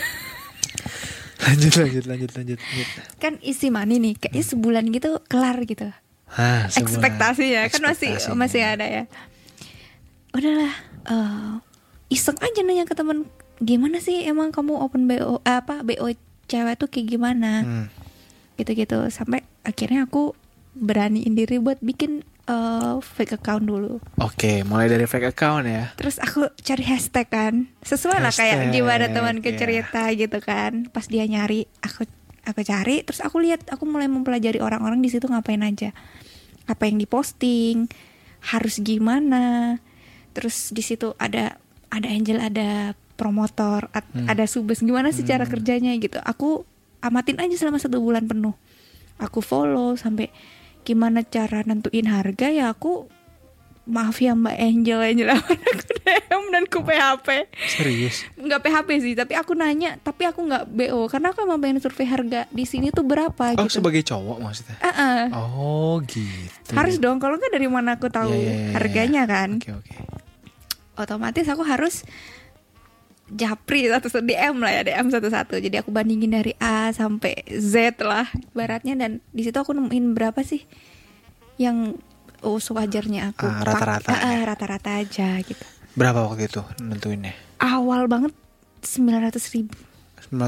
lanjut. Kan easy money nih, kayaknya sebulan gitu kelar gitu. Ekspektasi ya, kan masih ada ya. Udahlah, iseng aja nanya ke temen, gimana sih emang kamu Open BO BO cewek tuh kayak gimana? Gitu-gitu, sampai akhirnya aku beraniin diri buat bikin fake account dulu. Oke, mulai dari fake account ya. Terus aku cari hashtag kan, sesuai lah kayak gimana temanku cerita gitu kan. Pas dia nyari, aku cari, terus aku lihat, aku mulai mempelajari orang-orang di situ ngapain aja, apa yang diposting, harus gimana. Terus di situ ada angel, ada promotor, ada subes, gimana sih cara kerjanya gitu. Aku amatin aja selama 1 bulan penuh. Aku follow sampai gimana cara nentuin harga ya. Aku maaf ya Mbak Angel aku DM dan ku PHP. Serius? Nggak PHP sih, tapi aku nanya, tapi aku nggak BO karena aku emang pengen survei harga di sini tuh berapa gitu. Sebagai cowok maksudnya? Oh gitu. Harus dong, kalau nggak dari mana aku tahu harganya kan? Oke. Otomatis aku harus japri DM satu-satu. Jadi aku bandingin dari A sampai Z lah baratnya, dan di situ aku nemuin berapa sih yang sewajarnya aku rata-rata aja gitu. Berapa waktu itu nentuinnya? Awal banget 900.000.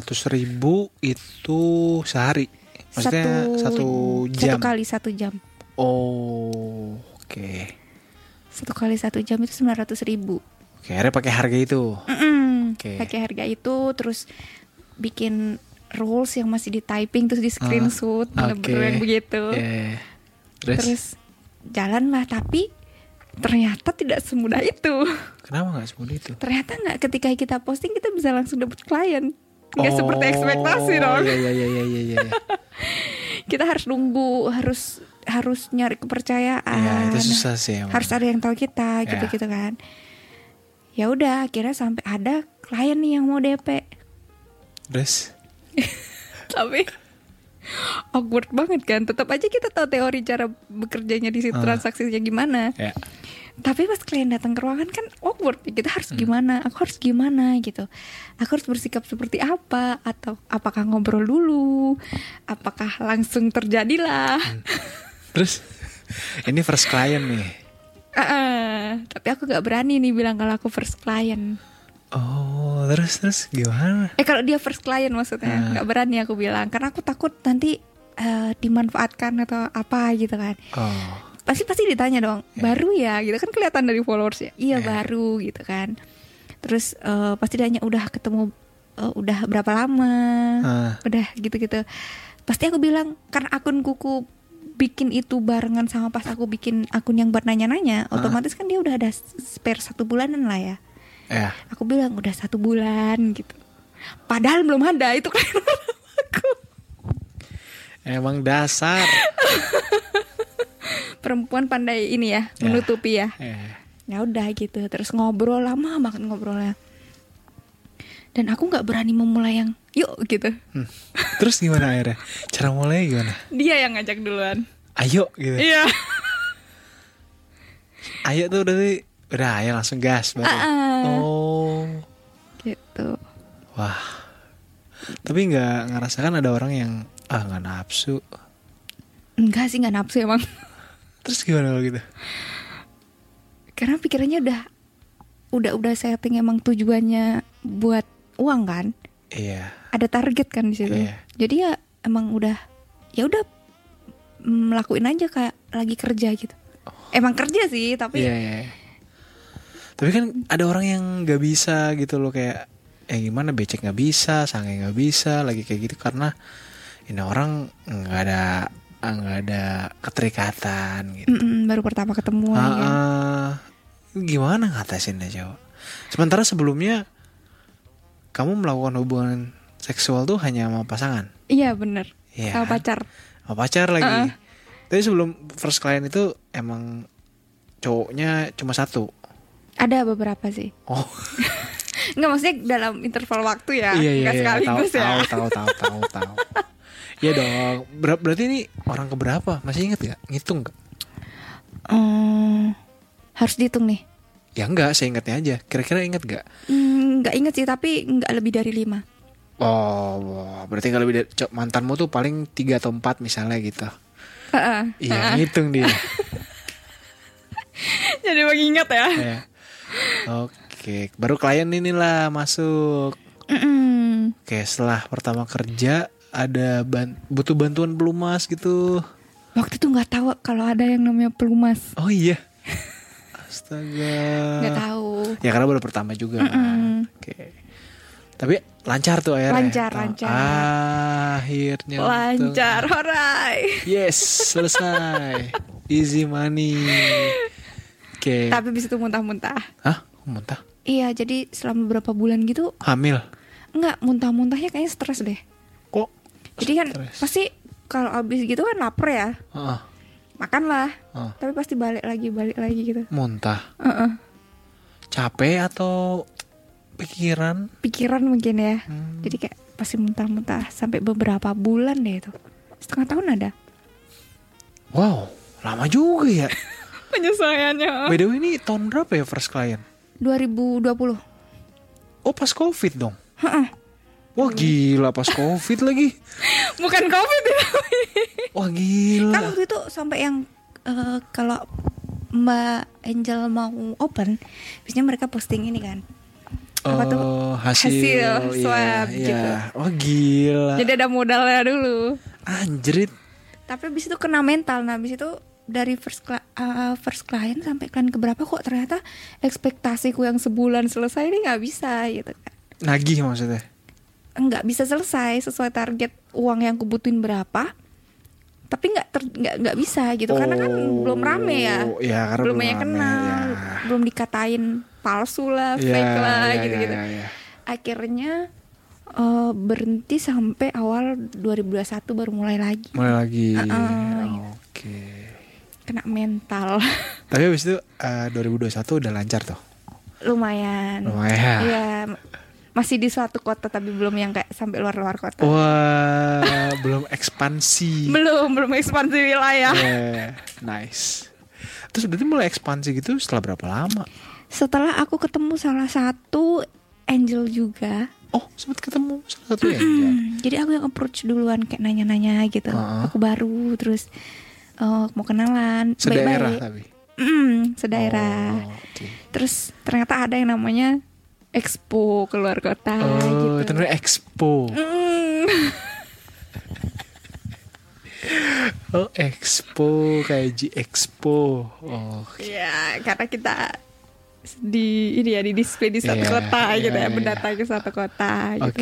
900.000 itu sehari? Maksudnya 1 jam? 1 kali 1 jam. Oh, oke. 1 kali 1 jam itu 900.000. Oke, akhirnya pakai harga itu. Oke. Pakai harga itu, terus bikin rules yang masih di typing terus di screenshot, bener-bener begitu. Yeah. Terus jalan lah, tapi ternyata tidak semudah itu. Kenapa nggak semudah itu? Ternyata nggak, ketika kita posting kita bisa langsung dapat klien. Nggak seperti ekspektasi dong. Iya. Kita harus nunggu, harus nyari kepercayaan. Ya, itu susah sih emang. Harus ada yang tahu kita, gitu kan. Ya udah, akhirnya sampai ada klien nih yang mau DP. Terus? Tapi awkward banget kan. Tetap aja kita tahu teori cara bekerjanya di situ, transaksinya gimana. Yeah. Tapi pas klien datang ke ruangan kan awkward. Kita harus gimana? Aku harus gimana gitu. Aku harus bersikap seperti apa? Atau apakah ngobrol dulu? Apakah langsung terjadilah? Terus ini first client nih. Tapi aku gak berani nih bilang kalau aku first client. Oh, terus gimana? Kalau dia first client maksudnya, nggak berani aku bilang, karena aku takut nanti dimanfaatkan atau apa gitu kan. Oh. Pasti ditanya dong, baru ya, gitu kan kelihatan dari followers ya. Iya baru gitu kan. Terus pasti ditanya udah ketemu, udah berapa lama, udah gitu-gitu. Pasti aku bilang karena akun kuku bikin itu barengan sama pas aku bikin akun yang buat nanya-nanya, otomatis kan dia udah ada spare 1 bulanan lah ya. Aku bilang udah 1 bulan gitu. Padahal belum ada itu kan aku. Emang dasar. Perempuan pandai ini ya, menutupi ya. Ya udah gitu. Terus ngobrol lama banget ngobrolnya. Dan aku nggak berani memulai yang yuk gitu. Terus gimana akhirnya? Cara mulai gimana? Dia yang ngajak duluan. Ayo gitu. Iya. Ayo tuh udah ayo langsung gas baru. Oh. Gitu. Wah. Tapi nggak ngerasakan ada orang yang nggak nafsu? Enggak sih, nggak nafsu emang. Terus gimana kalau gitu? Karena pikirannya udah setting emang tujuannya buat uang kan. Iya. Ada target kan di situ. Iya. Jadi ya emang udah melakuin aja kayak lagi kerja gitu. Emang kerja sih tapi. Iya. Tapi kan ada orang yang nggak bisa gitu loh, kayak gimana, becek nggak bisa, sange nggak bisa, lagi kayak gitu karena ini orang nggak ada keterikatan gitu. Baru pertama ketemu ya. Gimana ngatasinnya coba? Sementara sebelumnya kamu melakukan hubungan seksual tuh hanya sama pasangan. Iya benar. Iya, sama pacar. Sama pacar lagi. Tapi sebelum first client itu emang cowoknya cuma 1. Ada beberapa sih. Oh. Enggak, maksudnya dalam interval waktu ya. Iya, Enggak sekaligus ya. Tahu. Iya dong. Berarti ini orang keberapa? Masih ingat gak? Ngitung gak? Harus dihitung nih. Ya enggak, saya ingatnya aja. Kira-kira ingat gak? Enggak ingat sih, tapi enggak lebih dari 5. Oh, berarti enggak lebih dari mantanmu tuh paling 3 atau 4 misalnya gitu. Iya, ngitung dia. Jadi mengingat ya. Oke, baru klien inilah masuk. Oke, setelah pertama kerja ada butuh bantuan pelumas gitu. Waktu itu nggak tahu kalau ada yang namanya pelumas. Oh iya. Astaga. Nggak tahu. Ya karena baru pertama juga. Oke. Tapi lancar tuh akhirnya. Lancar. Akhirnya. Lancar, alright. Yes, selesai. Easy money. Oke. Tapi abis itu muntah-muntah. Hah? Muntah? Iya, jadi selama beberapa bulan gitu. Hamil? Enggak, muntah-muntahnya kayaknya stres deh. Kok? Jadi kan pasti kalau abis gitu kan lapar ya. Makan lah. Tapi pasti balik lagi gitu. Muntah? Capek atau pikiran? Pikiran mungkin ya. Jadi kayak pasti muntah-muntah sampai beberapa bulan deh itu. 1/2 tahun ada. Wow, lama juga ya. Penyesuaiannya. By the way, ini tahun berapa ya first client? 2020. Oh, pas COVID dong. Wah gila, pas COVID lagi. Bukan COVID ya. Wah gila. Kan waktu itu sampai yang kalau Mbak Angel mau open, biasanya mereka posting ini kan. Apa tuh? Hasil swab gitu. Wah gila. Jadi ada modalnya dulu. Anjrit. Tapi abis itu kena mental. Nah abis itu dari first client sampai klien keberapa kok ternyata ekspektasiku yang sebulan selesai ini nggak bisa gitu kan. Nagih maksudnya? Nggak bisa selesai sesuai target uang yang kubutuhin berapa, tapi nggak bisa gitu karena kan belum rame ya, belum banyak kenal, belum dikatain palsu lah, fake lah gitu-gitu. Akhirnya berhenti sampai awal 2021 baru mulai lagi. Oke. Kena mental. Tapi habis itu 2021 udah lancar tuh. Lumayan. Iya. Masih di suatu kota tapi belum yang kayak sampai luar kota. Wah, belum ekspansi. belum ekspansi wilayah. Nice. Terus berarti mulai ekspansi gitu setelah berapa lama? Setelah aku ketemu salah satu angel juga. Oh, sempat ketemu salah satu angel. Jadi aku yang approach duluan kayak nanya-nanya gitu. Aku baru terus mau kenalan. Sedaerah baik-baik. tapi. Sedaerah. Terus ternyata ada yang namanya expo keluar kota gitu. Itu namanya expo. Expo kayak G-Expo. Ya, karena kita di display di satu kota gitu ya, mendatangi satu kota gitu.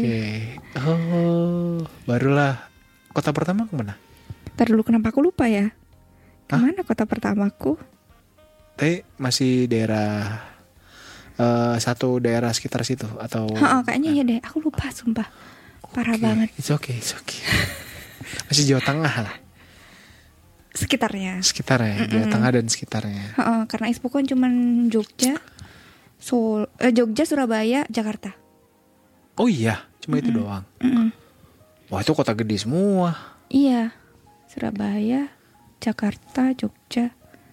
Barulah kota pertama kemana? Ntar dulu kenapa aku lupa ya? Kemana kota pertamaku? Tapi masih daerah satu daerah sekitar situ atau? Kayaknya ya deh, aku lupa sumpah. Parah banget. It's okay. Masih Jawa Tengah lah. Sekitarnya, Jawa Tengah dan sekitarnya. Karena Expo kan cuma Jogja, Jogja, Surabaya, Jakarta. Oh iya, cuma itu doang. Wah, itu kota gede semua. Iya, Surabaya, Jakarta, Jogja,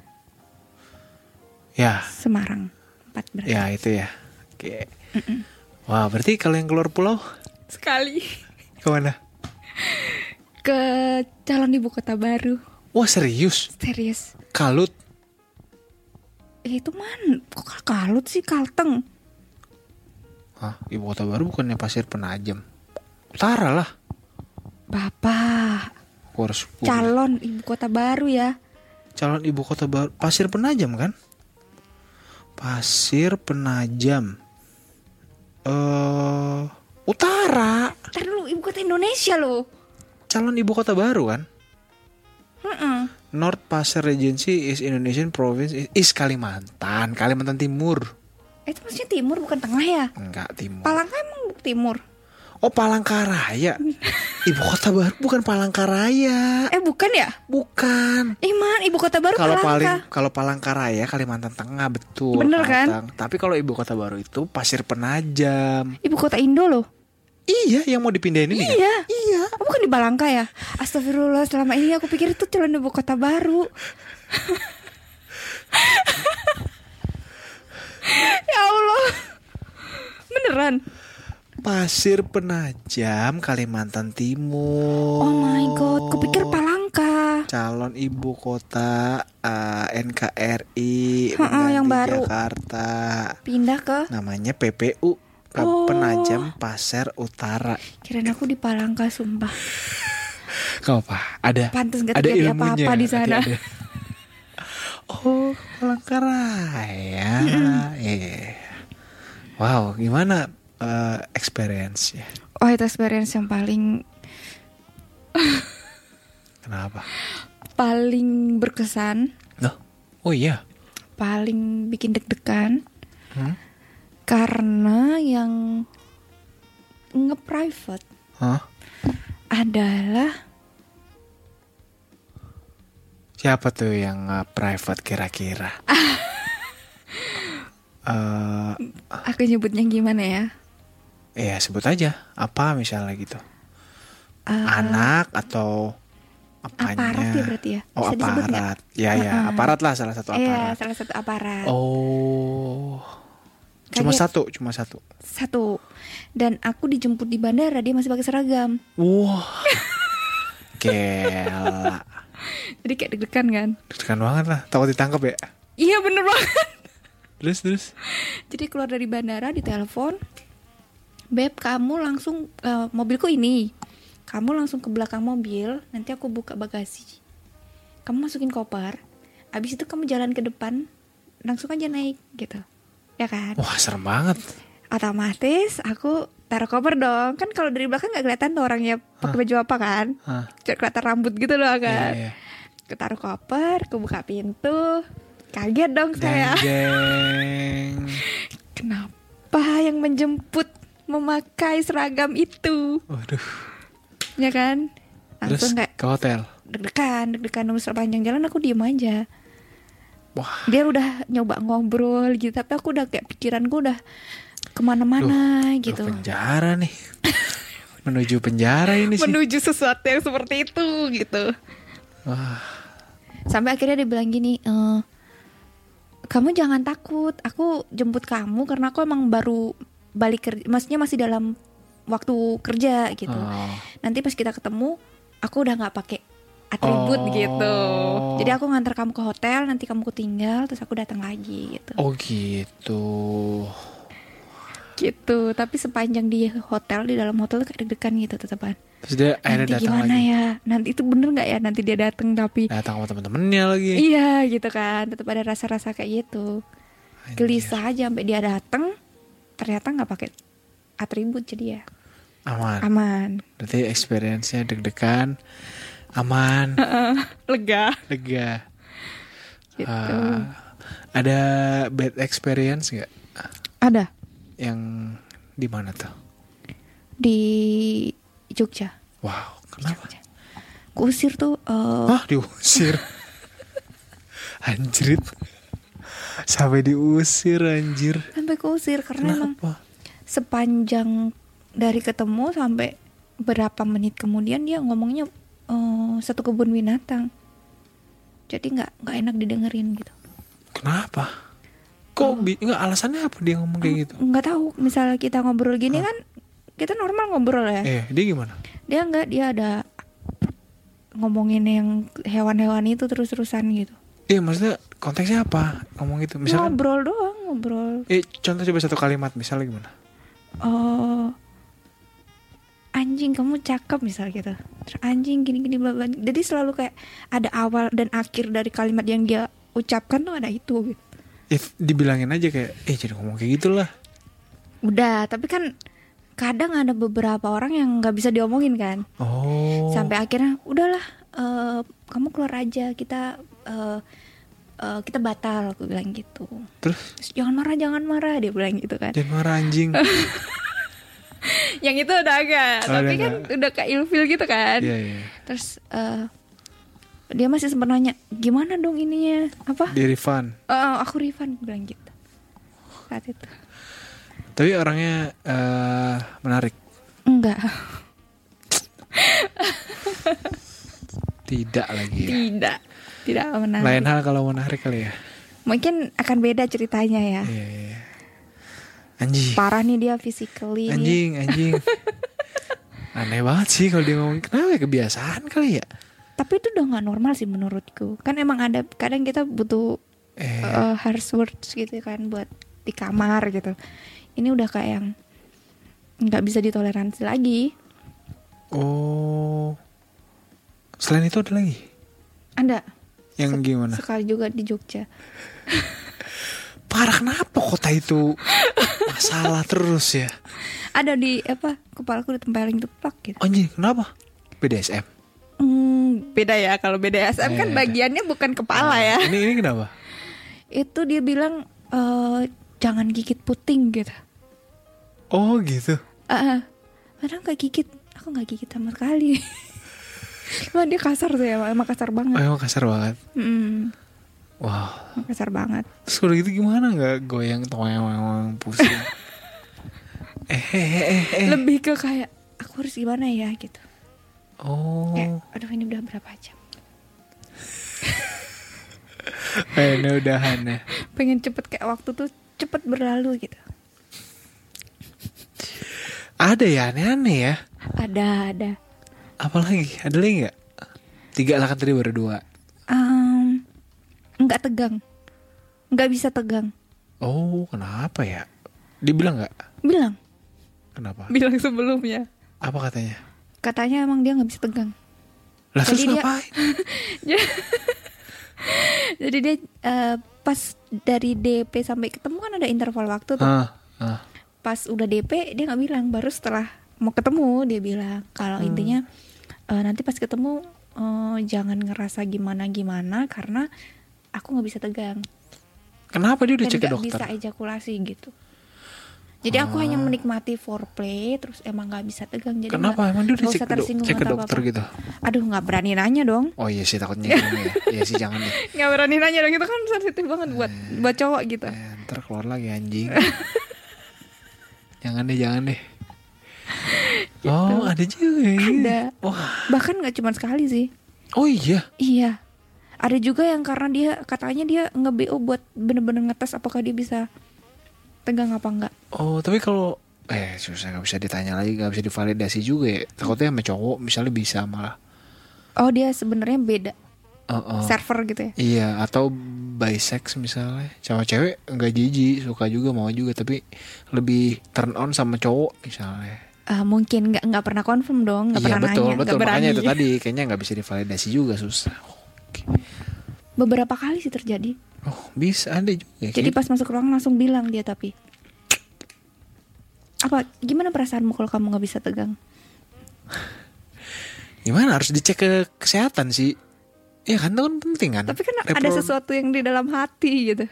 ya, Semarang. 4 berarti. Ya itu ya. Oke. Wah, berarti kalau yang keluar pulau sekali. Kemana? Ke calon ibu kota baru. Wah, serius? Kalut? Itu man, kok Kalut sih, Kalteng. Hah, ibu kota baru bukannya Pasir Penajam? Utara lah. Bapak, calon ibu kota baru ya. Calon ibu kota baru Pasir Penajam kan? Pasir Penajam. Utara. Ntar dulu, ibu kota Indonesia loh. Calon ibu kota baru kan? North Pasir Regency is Indonesian province is Kalimantan Timur. Itu maksudnya timur bukan tengah ya? Enggak, timur. Palangka emang timur. Oh, Palangkaraya. Ibu kota baru bukan Palangkaraya. Bukan ya? Bukan. Man, ibu kota baru Palangka. Kalau Palangkaraya Kalimantan Tengah, betul. Bener kan? Tapi kalau ibu kota baru itu Pasir Penajam. Ibu kota Indo loh. Iya, yang mau dipindahin ini kan? Iya. Oh, bukan di Palangka ya? Astagfirullah, selama ini aku pikir itu calon ibu kota baru. Ya Allah. Beneran? Pasir Penajam, Kalimantan Timur. Oh my god, kupikir Palangka. Calon ibu kota NKRI yang baru Jakarta. Pindah ke namanya PPU Penajam Pasir Utara. Kirain aku di Palangka, sumpah. Gak apa, ada. Pantes gak terjadi apa-apa di sana. Oh, Palangkaraya. Wow, gimana experience-nya? Oh, itu experience yang paling Kenapa? Paling berkesan. Oh iya. Paling bikin deg-degan. Karena yang nge-private adalah siapa tuh yang private kira-kira? Aku nyebutnya gimana ya? Ya sebut aja. Apa misalnya gitu? Anak atau apanya? Aparat ya berarti ya? Oh, bisa aparat. Ya, aparat lah, salah satu aparat. Iya, salah satu aparat. Oh. Cuma satu. Satu. Dan aku dijemput di bandara, dia masih pakai seragam. Wah. Gila. Jadi kayak deg-degan kan? Deg-degan banget lah. Takut ditangkap ya? Iya, bener banget. Terus. Jadi keluar dari bandara, ditelepon. Beb, kamu langsung mobilku ini. Kamu langsung ke belakang mobil, nanti aku buka bagasi. Kamu masukin koper. abis itu kamu jalan ke depan, langsung aja naik gitu, ya kan? Wah serem banget. Otomatis aku taruh koper dong. Kan kalau dari belakang gak kelihatan tuh orangnya pakai baju apa kan. Cuma kelihatan rambut gitu loh kan. Iya. Aku taruh koper, aku buka pintu. Kaget dong saya. Jeng. Kenapa yang menjemput memakai seragam itu? Waduh. Ya kan? Terus Langsung kayak ke hotel. deg-degan nunggu sepanjang jalan aku diem aja. Wah. Dia udah nyoba ngobrol gitu, tapi aku udah kayak pikiranku udah kemana-mana gitu. Penjara nih. Menuju penjara ini sih. Menuju sesuatu yang seperti itu gitu. Wah. Sampai akhirnya dia bilang gini, kamu jangan takut, aku jemput kamu karena aku emang baru balik kerja, maksudnya masih dalam waktu kerja gitu. Nanti pas kita ketemu, aku udah nggak pakai atribut gitu. Jadi aku ngantar kamu ke hotel, nanti kamu tinggal, terus aku datang lagi gitu. Oh gitu. Gitu, tapi sepanjang di hotel, di dalam hotel tuh kayak deg-degan gitu tetepan. Terus dia akhirnya nanti datang gimana lagi. ya? Nanti itu bener nggak ya? Nanti dia datang tapi Datang sama temen-temennya lagi. iya gitu kan, tetap ada rasa-rasa kayak gitu. Gelisah aja sampai dia datang, ternyata nggak pakai atribut jadi ya aman. Berarti experience-nya deg-degan, aman, Lega. Gitu. Ada bad experience nggak? Ada Yang di mana tuh? di Jogja. Wow, kenapa? Kusir tuh Diusir. Anjrit. Sampai diusir anjir. sampai kusir karena emang Kenapa? sepanjang dari ketemu sampai berapa menit kemudian dia ngomongnya satu kebun binatang. Jadi nggak enak didengerin gitu. Kenapa? Kok nggak alasannya apa dia ngomong kayak gitu? Nggak tahu. Misalnya kita ngobrol gini kan, kita normal ngobrol ya. Dia gimana? Dia ada ngomongin yang hewan-hewan itu terus-terusan gitu. Iya, maksudnya konteksnya apa? Ngomong gitu. Misalkan Ngobrol doang, ngobrol. contoh coba satu kalimat misalnya gimana? Anjing kamu cakep misal gitu. Terus anjing gini-gini bla bla. Jadi selalu kayak ada awal dan akhir dari kalimat yang dia ucapkan tuh ada itu gitu. Dibilangin aja kayak jangan ngomong kayak gitulah. Udah, tapi kan kadang ada beberapa orang yang nggak bisa diomongin kan. Sampai akhirnya udahlah, kamu keluar aja, kita batal, aku bilang gitu. Terus jangan marah dia bilang gitu kan. jangan marah anjing. Yang itu udah agak, tapi kan udah kayak ilfil gitu kan. Iya. Terus dia masih sempat nanya, gimana dong ininya? Apa? Di refund. Aku refund, bilang gitu saat itu. Tapi orangnya menarik. Enggak. Tidak lagi ya. Tidak menarik. Lain hal kalau menarik kali ya. Mungkin akan beda ceritanya ya. Iya. Anjing. Parah nih dia physically. Anjing. Aneh banget sih kalau dia ngomong. Kenapa ya, kebiasaan kali ya? Tapi itu udah nggak normal sih menurutku. Kan emang ada kadang kita butuh harsh words gitu kan buat di kamar gitu. Ini udah kayak yang nggak bisa ditoleransi lagi. Selain itu ada lagi? Ada. Yang gimana? Sekali juga di Jogja. Parah, kenapa kota itu masalah terus ya? Ada di kepalaku ditempelin teplak gitu. Anjing, kenapa? BDSM? Beda ya, kalau BDSM kan bagiannya bukan kepala ya. Ini kenapa? Itu dia bilang jangan gigit puting gitu. Oh gitu. Padahal gak gigit, aku gak gigit sama sekali. Cuma dia kasar sih, emang kasar banget. Emang kasar banget. Wow. Kasar banget. Terus kalau gitu gimana nggak goyang toeng pusing? Lebih ke kayak aku harus gimana ya gitu. Aduh ini udah berapa jam? Ini udahan ya. Pengen cepet kayak waktu tuh cepet berlalu gitu. Ada ya aneh-aneh ya. Ada. Apa lagi? Ada lagi nggak? 3 lah kan tadi baru 2. Nggak tegang, nggak bisa tegang. Kenapa ya? Dibilang nggak? Bilang. Kenapa? Bilang sebelumnya. Apa katanya? Katanya emang dia nggak bisa tegang. Lah terus Jadi ngapain? Jadi dia pas dari DP sampai ketemu kan ada interval waktu tuh. Pas udah DP dia nggak bilang, baru setelah mau ketemu dia bilang kalau intinya nanti pas ketemu jangan ngerasa gimana karena aku nggak bisa tegang. Kenapa dia udah dan cek ke nggak dokter? bisa ejakulasi gitu. Jadi aku hanya menikmati foreplay, terus emang nggak bisa tegang. Jadi kenapa? Emang dia udah nggak usah tersinggung cek ke atau dokter apa-apa. gitu? Aduh, nggak berani nanya dong. Oh iya sih, takutnya gini ya. Iya sih, jangan deh. Nggak berani nanya dong, itu kan sensitif banget buat cowok gitu. Ntar keluar lagi anjing. Jangan deh. Gitu. Oh, ada juga ya. Ada. Wah. Bahkan nggak cuma sekali sih. Oh iya. Iya. Ada juga yang karena dia katanya dia nge-BO buat bener-bener ngetes apakah dia bisa tegang apa enggak. Oh, tapi kalau susah, nggak bisa ditanya lagi, nggak bisa divalidasi juga ya. Takutnya sama cowok misalnya bisa malah. Oh, dia sebenarnya beda server gitu ya. Iya, atau bisex misalnya. Cewek nggak jijik, suka juga, mau juga, tapi lebih turn on sama cowok misalnya. Mungkin nggak pernah confirm dong, nggak pernah betul, nanya, betul. nggak berani. Makanya itu tadi kayaknya nggak bisa divalidasi juga, susah. Oke. Beberapa kali sih terjadi. Oh, bisa ada juga. Jadi pas masuk ruang langsung bilang dia, tapi apa gimana perasaanmu kalau kamu nggak bisa tegang? Gimana, harus dicek ke kesehatan sih. Iya kan, itu kan penting kan. Tapi kan ada sesuatu yang di dalam hati gitu.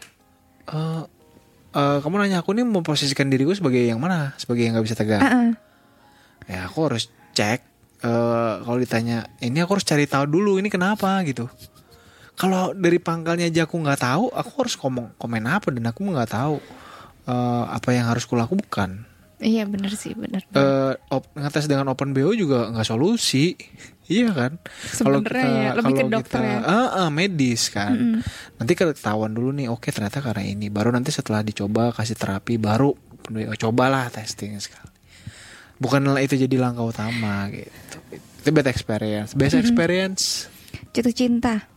Kamu nanya aku nih memposisikan diriku sebagai yang mana? Sebagai yang gak bisa tegang. Ya aku harus cek. Kalau ditanya ini, aku harus cari tahu dulu ini kenapa gitu. Kalau dari pangkalnya aja aku nggak tahu, aku harus komen apa, dan aku nggak tahu apa yang harus kulakukan. Iya benar sih, benar. Ngetes dengan open BO juga nggak solusi. Iya kan? Sebenarnya ya, lebih ke dokter ya. Medis kan. Nanti ketahuan dulu nih, oke ternyata karena ini. Baru nanti setelah dicoba kasih terapi, baru cobalah testing sekali. Bukanlah itu jadi langkah utama gitu. Itu bad experience. Best experience. Jatuh cinta.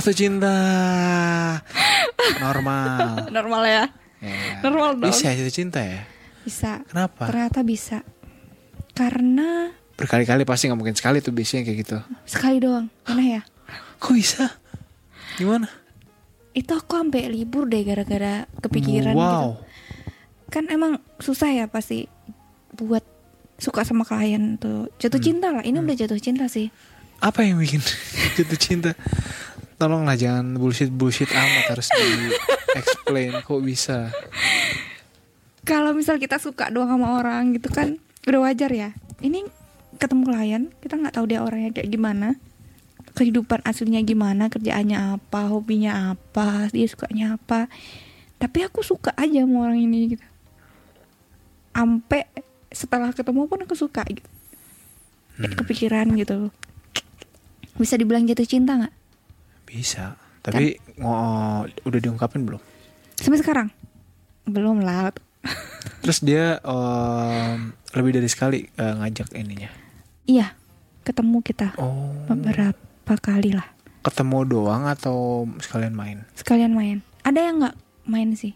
Normal. Normal ya. Normal dong. Bisa jatuh cinta ya? Bisa. Kenapa? Ternyata bisa. Karena berkali-kali, pasti gak mungkin sekali tuh biasanya kayak gitu. Sekali doang. Aneh ya? Kok bisa? Gimana? Itu aku sampai libur deh gara-gara kepikiran gitu. Kan emang susah ya pasti buat suka sama klien tuh. Jatuh cinta lah. Ini udah jatuh cinta sih. Apa yang bikin jatuh cinta? Tolonglah jangan bullshit amat, harus di-explain kok bisa. Kalau misal kita suka doang sama orang gitu kan udah wajar ya. Ini ketemu klien, kita nggak tahu dia orangnya kayak gimana, kehidupan aslinya gimana, kerjaannya apa, hobinya apa, dia sukanya apa. Tapi aku suka aja sama orang ini gitu. Ampe setelah ketemu pun aku suka gitu. Kepikiran gitu. Bisa dibilang jatuh cinta nggak? Bisa. Tapi kan? Udah diungkapin belum? Sampai sekarang belum lah. Terus dia lebih dari sekali ngajak ininya. Iya, ketemu kita beberapa kali lah. Ketemu doang atau sekalian main? Sekalian main. Ada yang nggak main sih.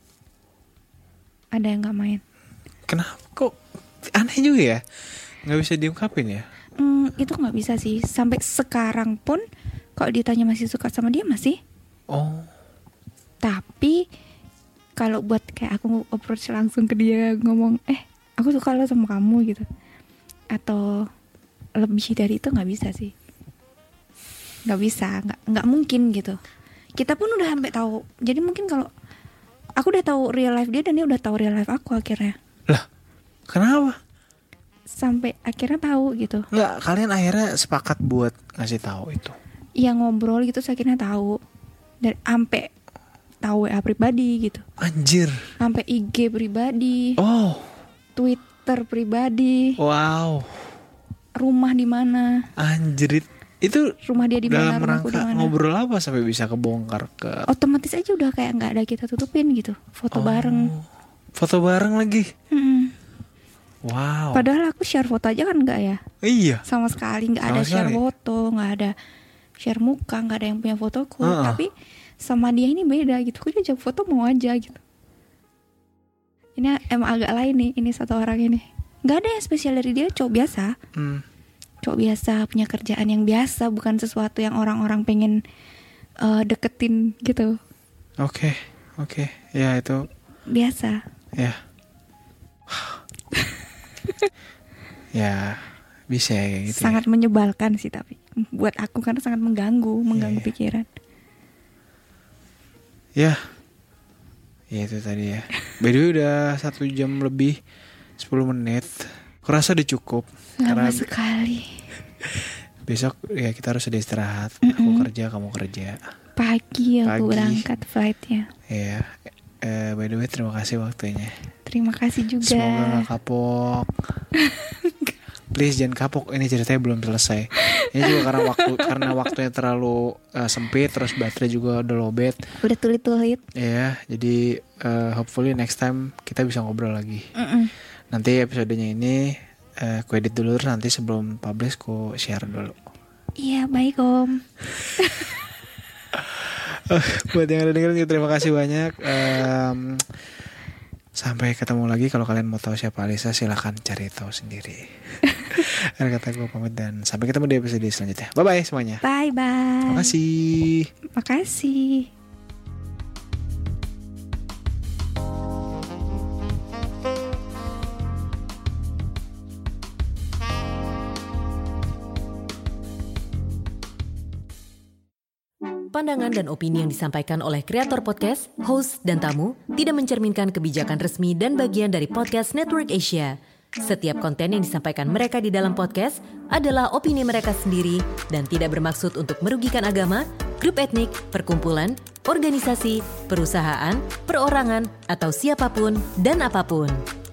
Ada yang nggak main. Kenapa? Kok aneh juga ya? Nggak bisa diungkapin ya? Itu nggak bisa sih. Sampai sekarang pun kalau ditanya masih suka sama dia masih. Oh. Tapi kalau buat kayak aku approach langsung ke dia ngomong, aku suka lo sama kamu gitu, atau lebih dari itu nggak bisa sih. Nggak bisa, nggak mungkin gitu. Kita pun udah sampai tahu. Jadi mungkin kalau aku udah tahu real life dia dan dia udah tahu real life aku akhirnya. Lah, kenapa? Sampai akhirnya tahu gitu. Nggak, kalian akhirnya sepakat buat ngasih tahu itu? Iya, ngobrol gitu, akhirnya tahu. Dan sampai tahu WA pribadi gitu. Anjir. Sampai IG pribadi. Oh. Twitter pribadi. Wow. Rumah di mana? Anjrit. Itu rumah dia di mana? Dalam rangka ngobrol apa sampai bisa kebongkar ke? Otomatis aja udah kayak nggak ada kita tutupin gitu. Foto bareng. Foto bareng lagi. Wow. Padahal aku share foto aja kan nggak ya? Iya. Sama sekali nggak ada share foto, nggak ada share muka, nggak ada yang punya fotoku. Tapi sama dia ini beda gitu. Aku diajak foto mau aja gitu. Ini emang agak lain nih. Ini satu orang ini. Nggak ada yang spesial dari dia. Cowok biasa. Cowok biasa punya kerjaan yang biasa. Bukan sesuatu yang orang-orang pengen deketin gitu. Oke. Ya itu Biasa. ya. Ya bisa ya gitu. Sangat menyebalkan sih, tapi buat aku kan sangat mengganggu pikiran. Ya itu tadi ya. By the way udah 1 jam lebih 10 menit. Kurasa udah cukup. Lama sekali. Besok ya kita harus ada istirahat. Aku kerja, kamu kerja. Pagi aku berangkat flightnya. Iya. By the way terima kasih waktunya. Terima kasih juga. Semoga gak kapok. Please jangan kapok. Ini ceritanya belum selesai. Ini juga karena waktunya terlalu sempit. Terus baterai juga udah lowbat. Udah tulit-tulit. Iya. Jadi hopefully next time kita bisa ngobrol lagi. Nanti episodenya ini ku edit dulu. Terus nanti sebelum publish ku share dulu. Iya baik Om. Buat yang udah dengerin terima kasih banyak. Sampai ketemu lagi. Kalau kalian mau tahu siapa Alisa silahkan cari tahu sendiri. Akhir kata gue pamit dan sampai ketemu di episode selanjutnya. Bye bye semuanya. Bye bye. Makasih. Pandangan dan opini yang disampaikan oleh kreator podcast, host, dan tamu tidak mencerminkan kebijakan resmi dan bagian dari Podcast Network Asia. Setiap konten yang disampaikan mereka di dalam podcast adalah opini mereka sendiri dan tidak bermaksud untuk merugikan agama, grup etnik, perkumpulan, organisasi, perusahaan, perorangan, atau siapapun dan apapun.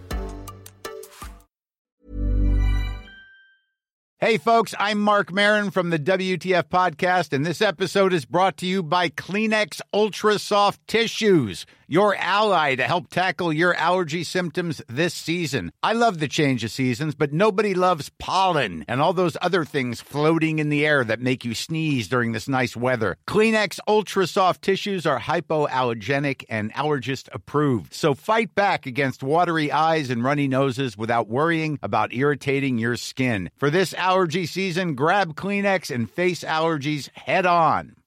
Hey folks, I'm Mark Maron from the WTF Podcast, and this episode is brought to you by Kleenex Ultra Soft Tissues, your ally to help tackle your allergy symptoms this season. I love the change of seasons, but nobody loves pollen and all those other things floating in the air that make you sneeze during this nice weather. Kleenex Ultra Soft Tissues are hypoallergenic and allergist approved, so fight back against watery eyes and runny noses without worrying about irritating your skin. For this allergy season, grab Kleenex and face allergies head on.